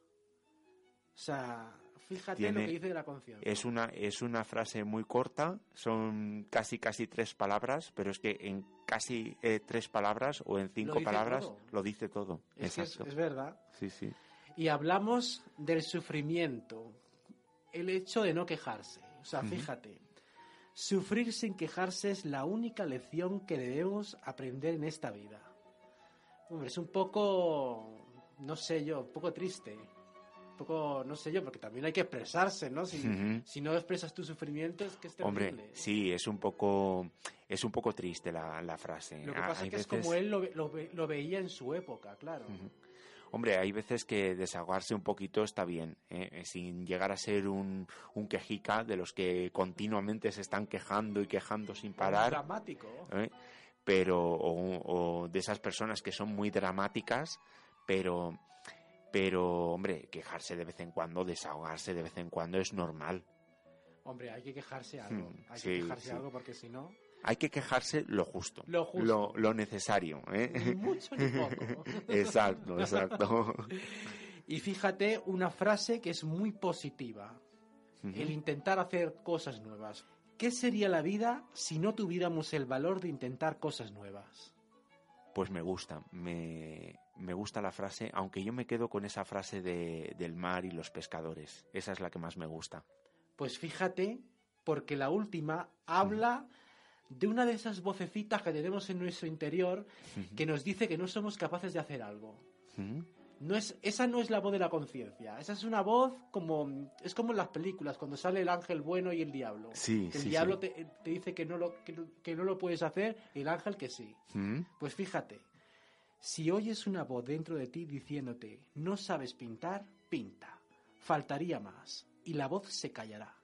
O sea, fíjate lo que dice de la conciencia. Es una frase muy corta, son casi 3 palabras, pero es que en casi 3 palabras o en 5 palabras lo dice todo. Exacto. Es verdad. Sí. Y hablamos del sufrimiento, el hecho de no quejarse. O sea, fíjate, sufrir sin quejarse es la única lección que debemos aprender en esta vida. Hombre, es un poco, no sé yo, un poco triste. Un poco, no sé yo, porque también hay que expresarse, ¿no? Si no expresas tu sufrimiento es que es terrible. Hombre, sí, es un poco triste la frase. Lo que pasa es que veces... es como él lo veía en su época, claro. Hombre, hay veces que desahogarse un poquito está bien, sin llegar a ser un quejica de los que continuamente se están quejando y quejando sin parar. Dramático. Pero, o de esas personas que son muy dramáticas, pero, hombre, quejarse de vez en cuando, desahogarse de vez en cuando es normal. Hombre, hay que quejarse algo. Que quejarse algo porque si no... Hay que quejarse lo justo. Lo necesario. Ni mucho ni poco. Exacto. Y fíjate una frase que es muy positiva. El intentar hacer cosas nuevas. ¿Qué sería la vida si no tuviéramos el valor de intentar cosas nuevas? Pues me gusta. Me gusta la frase, aunque yo me quedo con esa frase del mar y los pescadores. Esa es la que más me gusta. Pues fíjate, porque la última habla de una de esas vocecitas que tenemos en nuestro interior que nos dice que no somos capaces de hacer algo. Esa no es la voz de la conciencia. Esa es una voz es como en las películas, cuando sale el ángel bueno y el diablo. El diablo te dice que no lo puedes hacer y el ángel que sí. Pues fíjate, si oyes una voz dentro de ti diciéndote no sabes pintar, pinta. Faltaría más. Y la voz se callará.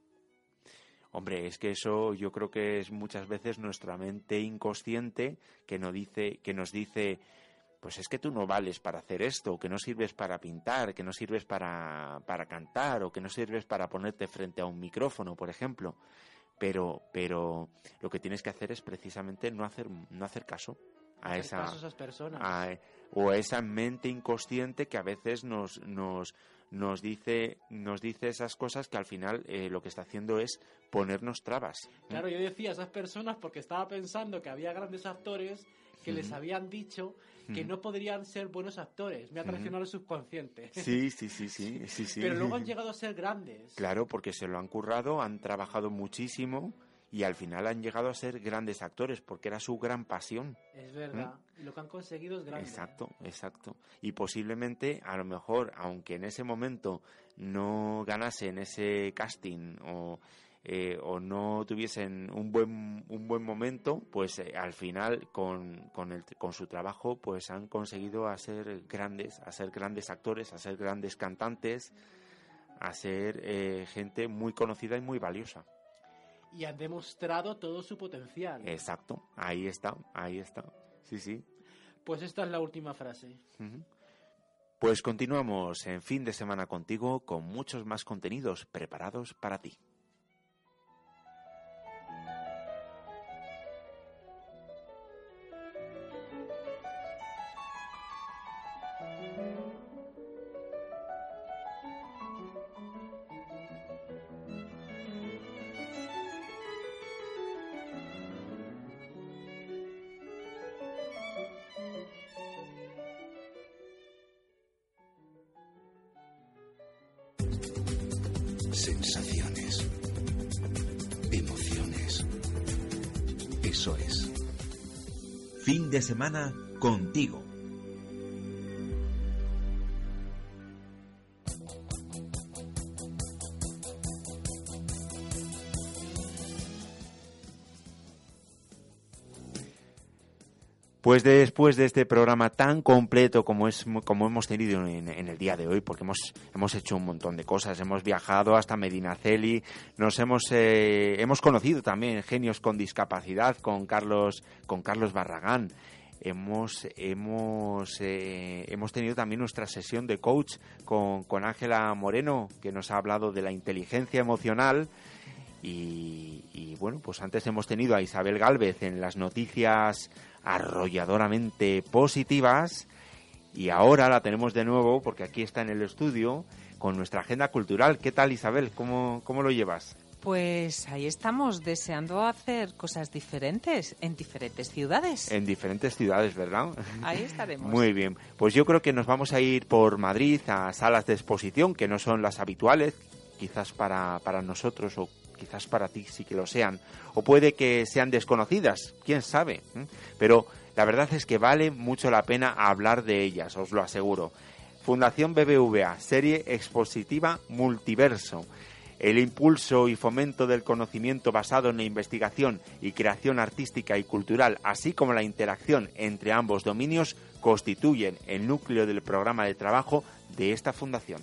Hombre, es que eso yo creo que es muchas veces nuestra mente inconsciente que nos dice pues es que tú no vales para hacer esto, que no sirves para pintar, que no sirves para cantar, o que no sirves para ponerte frente a un micrófono, por ejemplo. Pero lo que tienes que hacer es precisamente no hacer caso a esas personas, o a esa mente inconsciente que a veces nos dice esas cosas que al final lo que está haciendo es ponernos trabas. Claro, yo decía esas personas porque estaba pensando que había grandes actores que les habían dicho que no podrían ser buenos actores. Me ha traicionado el subconsciente. Sí. Pero luego han llegado a ser grandes. Claro, porque se lo han currado, han trabajado muchísimo y al final han llegado a ser grandes actores porque era su gran pasión. Es verdad. Lo que han conseguido es grande. Exacto. Y posiblemente, a lo mejor, aunque en ese momento no ganasen ese casting o no tuviesen un buen momento, pues al final con su trabajo pues han conseguido a ser grandes actores, a ser grandes cantantes, a ser gente muy conocida y muy valiosa. Y han demostrado todo su potencial. Exacto, ahí está. Sí. Pues esta es la última frase. Pues continuamos en Fin de Semana contigo con muchos más contenidos preparados para ti. Sensaciones, emociones. Eso es. Fin de semana contigo. Pues después de este programa tan completo como hemos tenido en el día de hoy, porque hemos hecho un montón de cosas, hemos viajado hasta Medinaceli, hemos conocido también genios con discapacidad, con Carlos Barragán, hemos tenido también nuestra sesión de coach con Ángela Moreno, que nos ha hablado de la inteligencia emocional. Y bueno, pues antes hemos tenido a Isabel Gálvez en las noticias arrolladoramente positivas, y ahora la tenemos de nuevo porque aquí está en el estudio con nuestra agenda cultural. ¿Qué tal, Isabel? ¿Cómo lo llevas? Pues ahí estamos, deseando hacer cosas diferentes en diferentes ciudades. En diferentes ciudades, ¿verdad? Ahí estaremos. Muy bien. Pues yo creo que nos vamos a ir por Madrid a salas de exposición que no son las habituales, quizás para nosotros, o quizás para ti sí que lo sean, o puede que sean desconocidas, quién sabe, pero la verdad es que vale mucho la pena hablar de ellas, os lo aseguro. Fundación BBVA, serie expositiva Multiverso. El impulso y fomento del conocimiento basado en la investigación y creación artística y cultural, así como la interacción entre ambos dominios, constituyen el núcleo del programa de trabajo de esta fundación.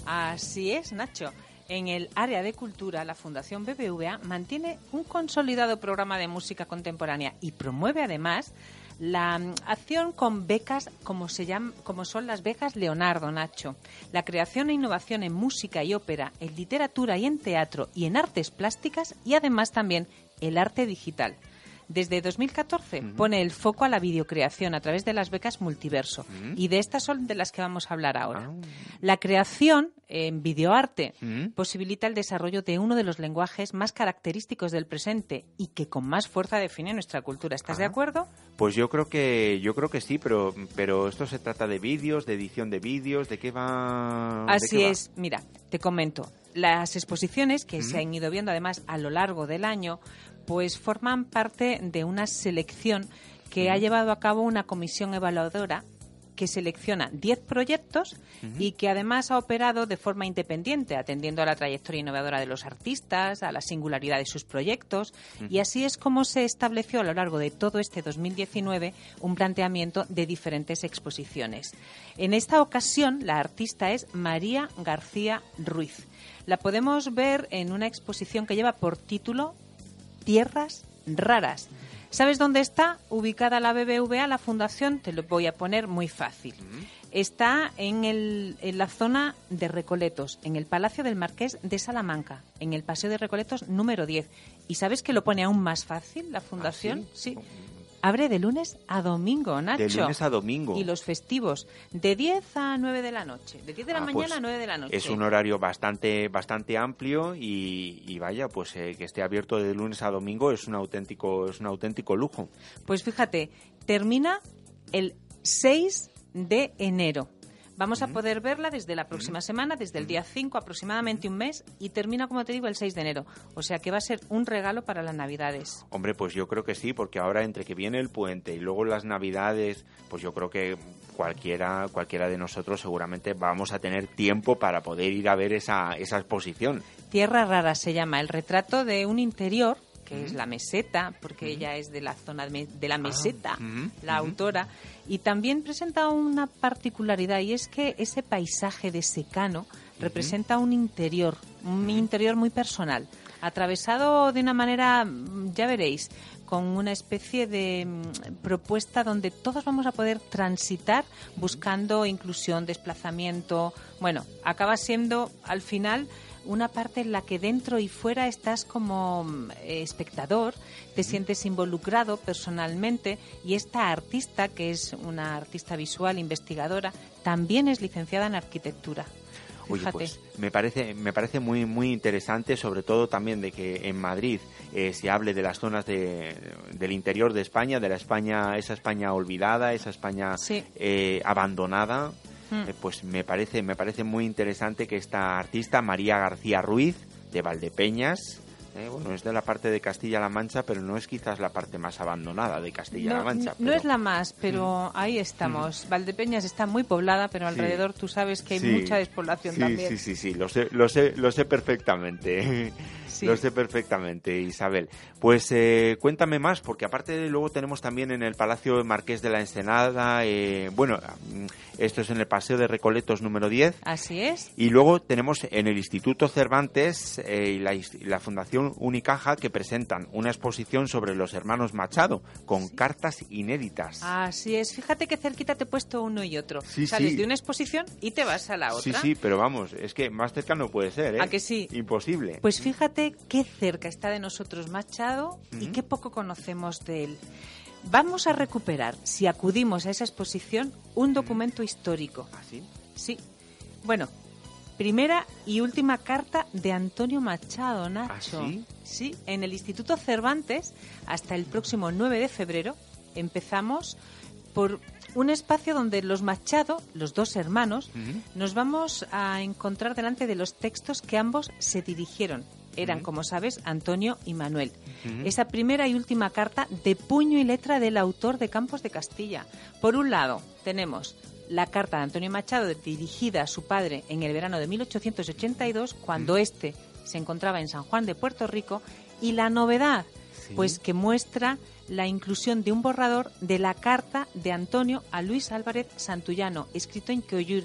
Así es, Nacho. En el área de cultura, la Fundación BBVA mantiene un consolidado programa de música contemporánea y promueve además la acción con becas como son las becas Leonardo, Nacho. La creación e innovación en música y ópera, en literatura y en teatro y en artes plásticas, y además también el arte digital. Desde 2014 pone el foco a la videocreación a través de las becas Multiverso, y de estas son de las que vamos a hablar ahora. La creación en videoarte posibilita el desarrollo de uno de los lenguajes más característicos del presente y que con más fuerza define nuestra cultura. ¿Estás de acuerdo? Pues yo creo que sí, pero esto se trata de vídeos, de edición de vídeos, ¿de qué va? Así es, mira, te comento. Las exposiciones que se han ido viendo además a lo largo del año, pues forman parte de una selección que ha llevado a cabo una comisión evaluadora que selecciona 10 proyectos y que además ha operado de forma independiente, atendiendo a la trayectoria innovadora de los artistas, a la singularidad de sus proyectos, y así es como se estableció a lo largo de todo este 2019 un planteamiento de diferentes exposiciones. En esta ocasión, la artista es María García Ruiz. La podemos ver en una exposición que lleva por título Tierras Raras. ¿Sabes dónde está ubicada la BBVA, la fundación? Te lo voy a poner muy fácil. Está en la zona de Recoletos, en el Palacio del Marqués de Salamanca, en el Paseo de Recoletos número 10. ¿Y sabes que lo pone aún más fácil la fundación? ¿Ah, sí? Sí. Abre de lunes a domingo, Nacho. De lunes a domingo. Y los festivos, de 10 a 9 de la noche. De 10 de la mañana pues a 9 de la noche. Es un horario bastante amplio y vaya, pues que esté abierto de lunes a domingo es un auténtico lujo. Pues fíjate, termina el 6 de enero. Vamos a poder verla desde la próxima semana, desde el día 5, aproximadamente un mes, y termina, como te digo, el 6 de enero. O sea que va a ser un regalo para las Navidades. Hombre, pues yo creo que sí, porque ahora entre que viene el puente y luego las Navidades, pues yo creo que cualquiera de nosotros seguramente vamos a tener tiempo para poder ir a ver esa exposición. Tierra Rara se llama, el retrato de un interior, que es la meseta, porque ella es de la zona de la meseta, la autora, y también presenta una particularidad, y es que ese paisaje de secano representa un interior muy personal, atravesado de una manera, ya veréis, con una especie de propuesta donde todos vamos a poder transitar buscando inclusión, desplazamiento. Bueno, acaba siendo al final una parte en la que dentro y fuera estás como espectador, te sientes involucrado personalmente, y esta artista, que es una artista visual, investigadora, también es licenciada en arquitectura. Oye, Fíjate. pues me parece muy interesante, sobre todo también de que en Madrid se hable de las zonas del interior de España, de esa España olvidada, esa España abandonada. Pues me parece muy interesante que esta artista, María García Ruiz, de Valdepeñas, bueno, es de la parte de Castilla-La Mancha, pero no es quizás la parte más abandonada de Castilla-La Mancha. No es la más, pero ahí estamos. Valdepeñas está muy poblada, pero alrededor tú sabes que hay mucha despoblación también. Sí, lo sé perfectamente. Sí. Lo sé perfectamente, Isabel. Pues cuéntame más, porque aparte luego tenemos también en el Palacio Marqués de la Ensenada, esto es en el Paseo de Recoletos número 10. Así es. Y luego tenemos en el Instituto Cervantes y la Fundación Unicaja, que presentan una exposición sobre los hermanos Machado, con cartas inéditas. Así es. Fíjate que cerquita te he puesto uno y otro. Sales de una exposición y te vas a la otra. Sí, pero vamos, es que más cerca no puede ser, ¿eh? ¿A que sí? Imposible. Pues fíjate qué cerca está de nosotros Machado y qué poco conocemos de él. Vamos a recuperar, si acudimos a esa exposición, un documento histórico. ¿Ah, sí? Sí. Bueno, primera y última carta de Antonio Machado, Nacho. ¿Ah, sí? Sí, en el Instituto Cervantes, hasta el próximo 9 de febrero, empezamos por un espacio donde los Machado, los dos hermanos, nos vamos a encontrar delante de los textos que ambos se dirigieron. Eran, como sabes, Antonio y Manuel. Esa primera y última carta de puño y letra del autor de Campos de Castilla. Por un lado, tenemos la carta de Antonio Machado dirigida a su padre en el verano de 1882, cuando éste se encontraba en San Juan de Puerto Rico, y la novedad, pues que muestra la inclusión de un borrador de la carta de Antonio a Luis Álvarez Santullano, escrito en Coyur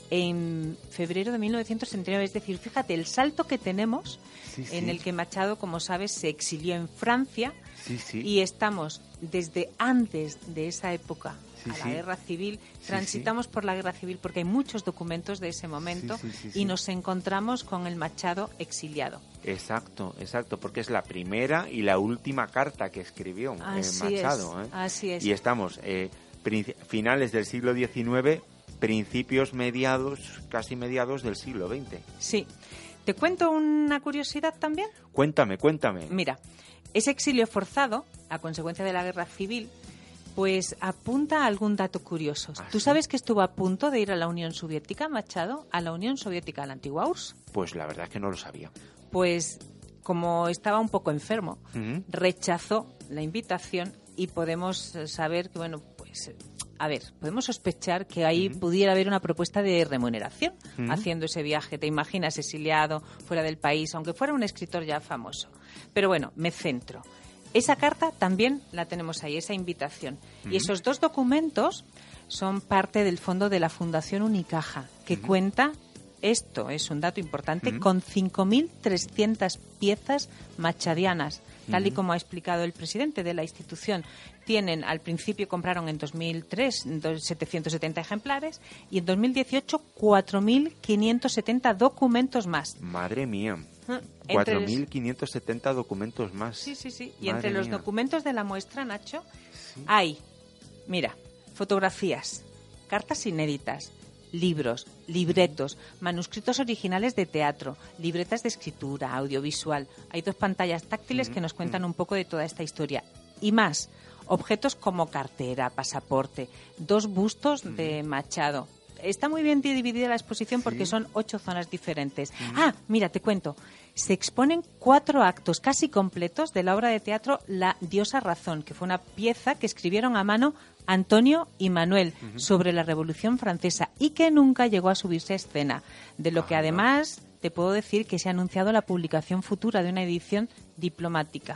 en febrero de 1939. Es decir, fíjate el salto que tenemos en el que Machado, como sabes, se exilió en Francia y estamos desde antes de esa época a la guerra civil, transitamos por la guerra civil porque hay muchos documentos de ese momento y nos encontramos con el Machado exiliado. Exacto, porque es la primera y la última carta que escribió Machado. Así es. Y estamos finales del siglo XIX, principios, casi mediados del siglo XX. Sí. ¿Te cuento una curiosidad también? Cuéntame. Mira, ese exilio forzado, a consecuencia de la guerra civil, pues apunta a algún dato curioso. ¿Tú sabes que estuvo a punto de ir a la Unión Soviética, Machado? A la Unión Soviética, a la antigua URSS. Pues la verdad es que no lo sabía. Pues como estaba un poco enfermo, rechazó la invitación y podemos saber que, bueno, pues... A ver, podemos sospechar que ahí pudiera haber una propuesta de remuneración haciendo ese viaje. ¿Te imaginas exiliado fuera del país, aunque fuera un escritor ya famoso? Pero bueno, me centro. Esa carta también la tenemos ahí, esa invitación. Y esos dos documentos son parte del fondo de la Fundación Unicaja, que cuenta esto es un dato importante, con 5.300 piezas machadianas, tal y como ha explicado el presidente de la institución. Al principio compraron en 2003 770 ejemplares y en 2018 4.570 documentos más. Madre mía. 4.570 documentos más. Sí. Y entre los documentos de la muestra, Nacho, hay, mira, fotografías, cartas inéditas, libros, libretos, manuscritos originales de teatro, libretas de escritura, audiovisual. Hay 2 pantallas táctiles que nos cuentan un poco de toda esta historia. Y más, objetos como cartera, pasaporte, 2 bustos de Machado. Está muy bien dividida la exposición porque son 8 zonas diferentes. Mira, te cuento. Se exponen 4 actos casi completos de la obra de teatro La diosa razón, que fue una pieza que escribieron a mano Antonio y Manuel sobre la Revolución Francesa y que nunca llegó a subirse a escena. De lo que además te puedo decir que se ha anunciado la publicación futura de una edición diplomática.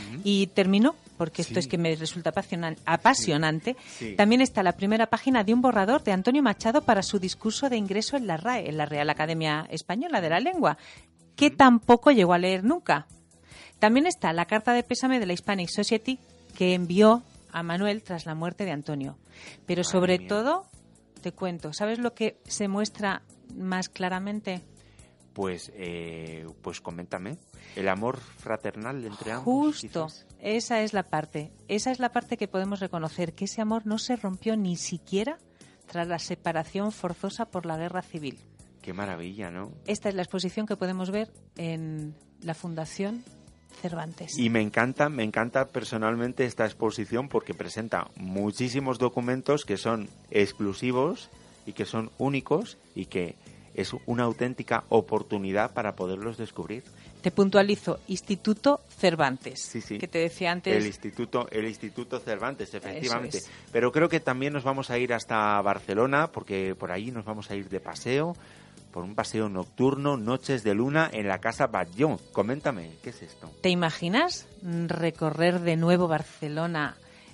Y termino, porque esto es que me resulta apasionante. También está la primera página de un borrador de Antonio Machado para su discurso de ingreso en la RAE, en la Real Academia Española de la Lengua, que tampoco llegó a leer nunca. También está la carta de pésame de la Hispanic Society que envió a Manuel tras la muerte de Antonio. Pero sobre todo, te cuento, ¿sabes lo que se muestra más claramente? Pues coméntame. El amor fraternal entre ambos. Justo, quizás. Esa es la parte que podemos reconocer, que ese amor no se rompió ni siquiera tras la separación forzosa por la guerra civil. Qué maravilla, ¿no? Esta es la exposición que podemos ver en la Fundación Cervantes. Y me encanta personalmente esta exposición porque presenta muchísimos documentos que son exclusivos y que son únicos y que es una auténtica oportunidad para poderlos descubrir. Te puntualizo, Instituto Cervantes, que te decía antes. El Instituto Cervantes, efectivamente. Eso es. Pero creo que también nos vamos a ir hasta Barcelona, porque por ahí nos vamos a ir de paseo, por un paseo nocturno, noches de luna, en la Casa Batlló. Coméntame, ¿qué es esto? ¿Te imaginas recorrer de nuevo Barcelona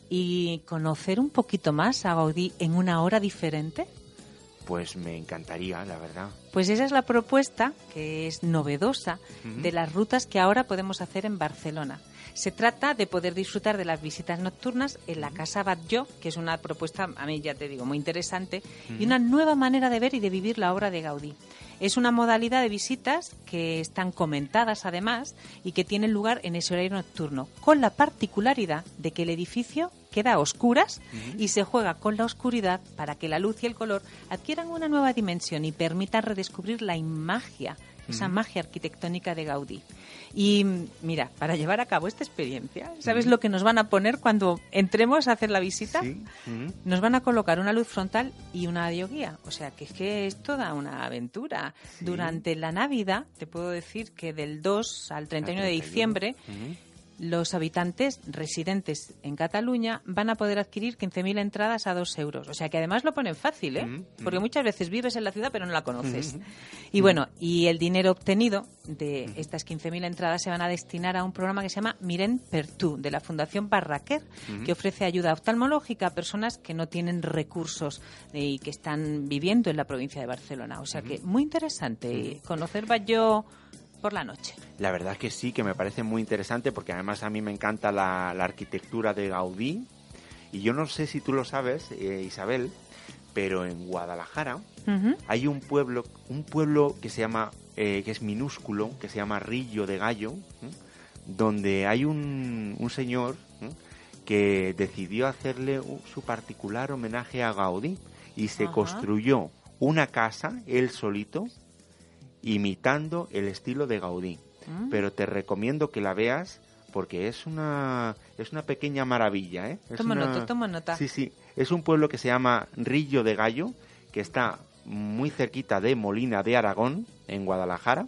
y conocer un poquito más a Gaudí en una hora diferente? Pues me encantaría, la verdad. Pues esa es la propuesta, que es novedosa, de las rutas que ahora podemos hacer en Barcelona. Se trata de poder disfrutar de las visitas nocturnas en la Casa Batlló, que es una propuesta, a mí ya te digo, muy interesante, y una nueva manera de ver y de vivir la obra de Gaudí. Es una modalidad de visitas que están comentadas además y que tienen lugar en ese horario nocturno, con la particularidad de que el edificio queda a oscuras y se juega con la oscuridad para que la luz y el color adquieran una nueva dimensión y permitan redescubrir la magia, esa magia arquitectónica de Gaudí. Y mira, para llevar a cabo esta experiencia, ¿sabes lo que nos van a poner cuando entremos a hacer la visita? Sí. Nos van a colocar una luz frontal y una audioguía. O sea, que es toda una aventura. Sí. Durante la Navidad, te puedo decir que del 2 al 31 de diciembre, los habitantes residentes en Cataluña van a poder adquirir 15.000 entradas a 2 euros. O sea, que además lo ponen fácil, ¿eh? Porque muchas veces vives en la ciudad pero no la conoces. Y bueno, y el dinero obtenido de estas 15.000 entradas se van a destinar a un programa que se llama Miren per tu, de la Fundación Barraquer, que ofrece ayuda oftalmológica a personas que no tienen recursos y que están viviendo en la provincia de Barcelona. O sea que muy interesante conocer Batlló por la noche. La verdad que sí, que me parece muy interesante porque además a mí me encanta la arquitectura de Gaudí y yo no sé si tú lo sabes, Isabel, pero en Guadalajara hay un pueblo que se llama, que es minúsculo, que se llama Rillo de Gallo, donde hay un señor que decidió hacerle su particular homenaje a Gaudí y se construyó una casa, él solito, imitando el estilo de Gaudí. Pero te recomiendo que la veas porque es una pequeña maravilla, ¿eh? Toma nota. Sí. Es un pueblo que se llama Rillo de Gallo, que está muy cerquita de Molina de Aragón, en Guadalajara.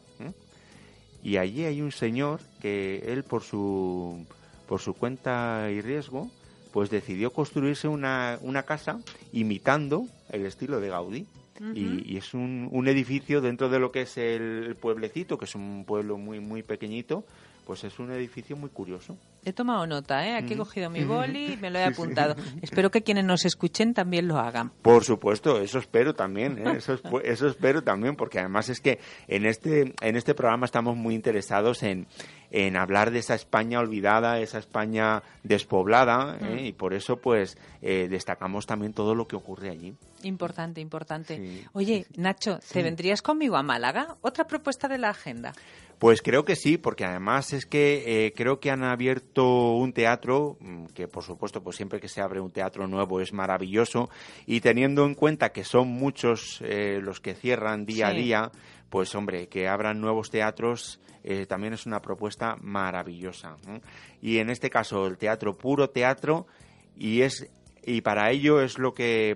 Y allí hay un señor que él, por su cuenta y riesgo, pues decidió construirse una casa imitando el estilo de Gaudí. Y es un edificio dentro de lo que es el pueblecito, que es un pueblo muy muy pequeñito, pues es un edificio muy curioso. He tomado nota, Aquí he cogido mi boli y me lo he apuntado. Espero que quienes nos escuchen también lo hagan. Por supuesto, eso espero también, eso espero también, porque además es que en este programa estamos muy interesados en hablar de esa España olvidada, esa España despoblada, y por eso pues destacamos también todo lo que ocurre allí. Importante. Sí. Oye, Nacho, ¿te vendrías conmigo a Málaga? ¿Otra propuesta de la agenda? Pues creo que sí, porque además es que creo que han abierto un teatro, que por supuesto pues siempre que se abre un teatro nuevo es maravilloso, y teniendo en cuenta que son muchos los que cierran día a día, pues hombre, que abran nuevos teatros también es una propuesta maravillosa, ¿no? Y en este caso el teatro, puro teatro, y para ello es lo que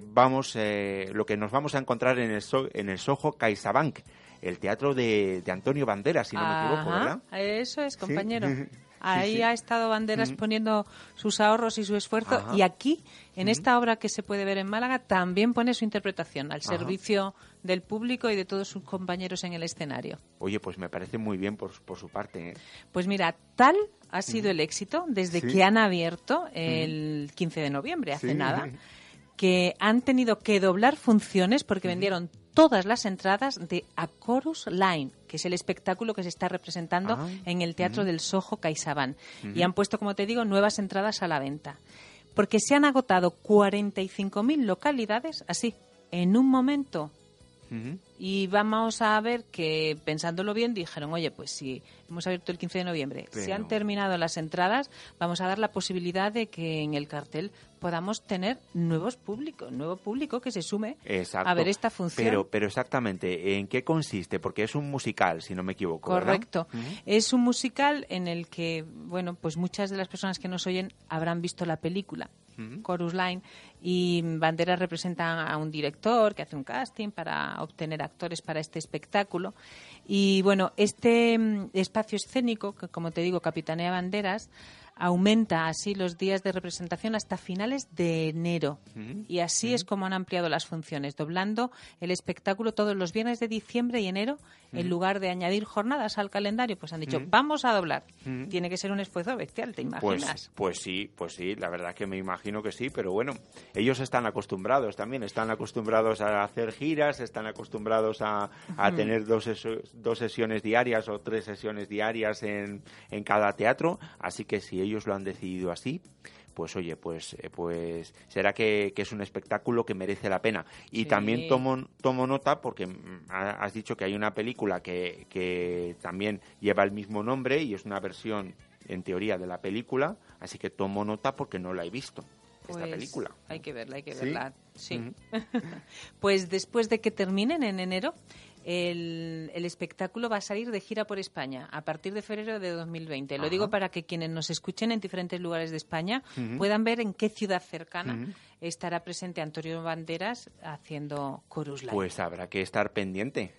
nos vamos a encontrar en el Soho CaixaBank, el teatro de Antonio Banderas, si no me equivoco, ¿verdad? Eso es, compañero. ¿Sí? Ahí sí. ha estado Banderas poniendo sus ahorros y su esfuerzo. Y aquí, en esta obra que se puede ver en Málaga, también pone su interpretación al servicio del público y de todos sus compañeros en el escenario. Oye, pues me parece muy bien por su parte, ¿eh? Pues mira, tal ha sido el éxito desde que han abierto el 15 de noviembre, hace nada, que han tenido que doblar funciones porque vendieron todas las entradas de A Chorus Line, que es el espectáculo que se está representando en el Teatro del Soho CaixaBank. Y han puesto, como te digo, nuevas entradas a la venta. Porque se han agotado 45.000 localidades, así, en un momento. Y vamos a ver que, pensándolo bien, dijeron, oye, pues si hemos abierto el 15 de noviembre, se han terminado las entradas, vamos a dar la posibilidad de que en el cartel podamos tener nuevo público que se sume a ver esta función. Pero exactamente, ¿en qué consiste? Porque es un musical, si no me equivoco, Correcto. ¿verdad? Es un musical en el que, bueno, pues muchas de las personas que nos oyen habrán visto la película, Chorus Line, y Banderas representa a un director que hace un casting para obtener actores para este espectáculo. Y bueno, este espacio escénico, que como te digo, capitanea Banderas, aumenta así los días de representación hasta finales de enero. Y así es como han ampliado las funciones, doblando el espectáculo todos los viernes de diciembre y enero, en lugar de añadir jornadas al calendario, pues han dicho, vamos a doblar. Tiene que ser un esfuerzo bestial, ¿te imaginas? Pues sí, la verdad que me imagino que sí, pero bueno, ellos están acostumbrados también, están acostumbrados a hacer giras, están acostumbrados a tener dos sesiones diarias o 3 sesiones diarias en cada teatro, así que si ellos lo han decidido así, pues oye, pues será que es un espectáculo que merece la pena. Y también tomo nota porque has dicho que hay una película que también lleva el mismo nombre y es una versión, en teoría, de la película, así que tomo nota porque no la he visto, esta película. Hay que verla, sí. Pues después de que terminen en enero, el espectáculo va a salir de gira por España a partir de febrero de 2020. Lo digo para que quienes nos escuchen en diferentes lugares de España puedan ver en qué ciudad cercana estará presente Antonio Banderas haciendo Chorus Line. Pues habrá que estar pendiente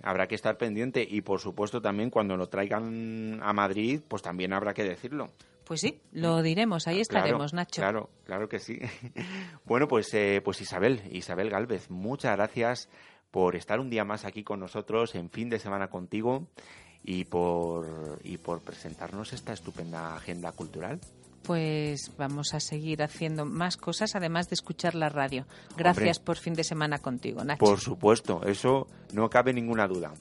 y por supuesto también cuando lo traigan a Madrid, pues también habrá que decirlo. Pues sí, lo diremos, ahí estaremos, Nacho. Claro que sí. Bueno, pues Isabel Gálvez, muchas gracias por estar un día más aquí con nosotros en Fin de Semana Contigo y por presentarnos esta estupenda agenda cultural. Pues vamos a seguir haciendo más cosas, además de escuchar la radio. Gracias por Fin de Semana Contigo, Nacho. Por supuesto, eso no cabe ninguna duda.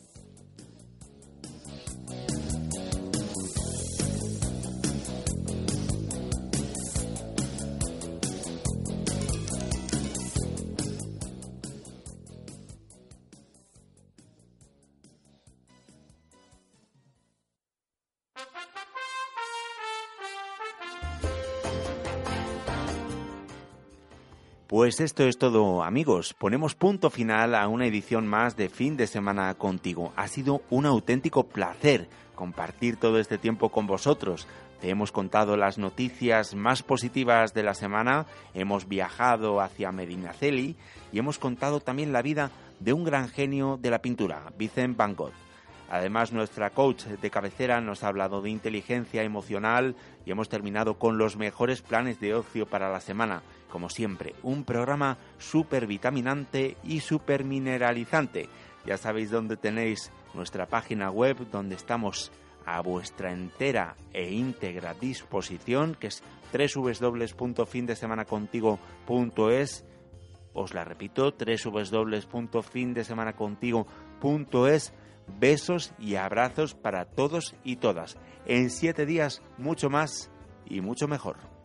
Pues esto es todo, amigos. Ponemos punto final a una edición más de Fin de Semana Contigo. Ha sido un auténtico placer compartir todo este tiempo con vosotros. Te hemos contado las noticias más positivas de la semana, hemos viajado hacia Medinaceli y hemos contado también la vida de un gran genio de la pintura, Vincent Van Gogh. Además, nuestra coach de cabecera nos ha hablado de inteligencia emocional y hemos terminado con los mejores planes de ocio para la semana. Como siempre, un programa súper vitaminante y súper mineralizante. Ya sabéis dónde tenéis nuestra página web, donde estamos a vuestra entera e íntegra disposición, que es www.findesemanacontigo.es. Os la repito, www.findesemanacontigo.es. Besos y abrazos para todos y todas. En 7 días, mucho más y mucho mejor.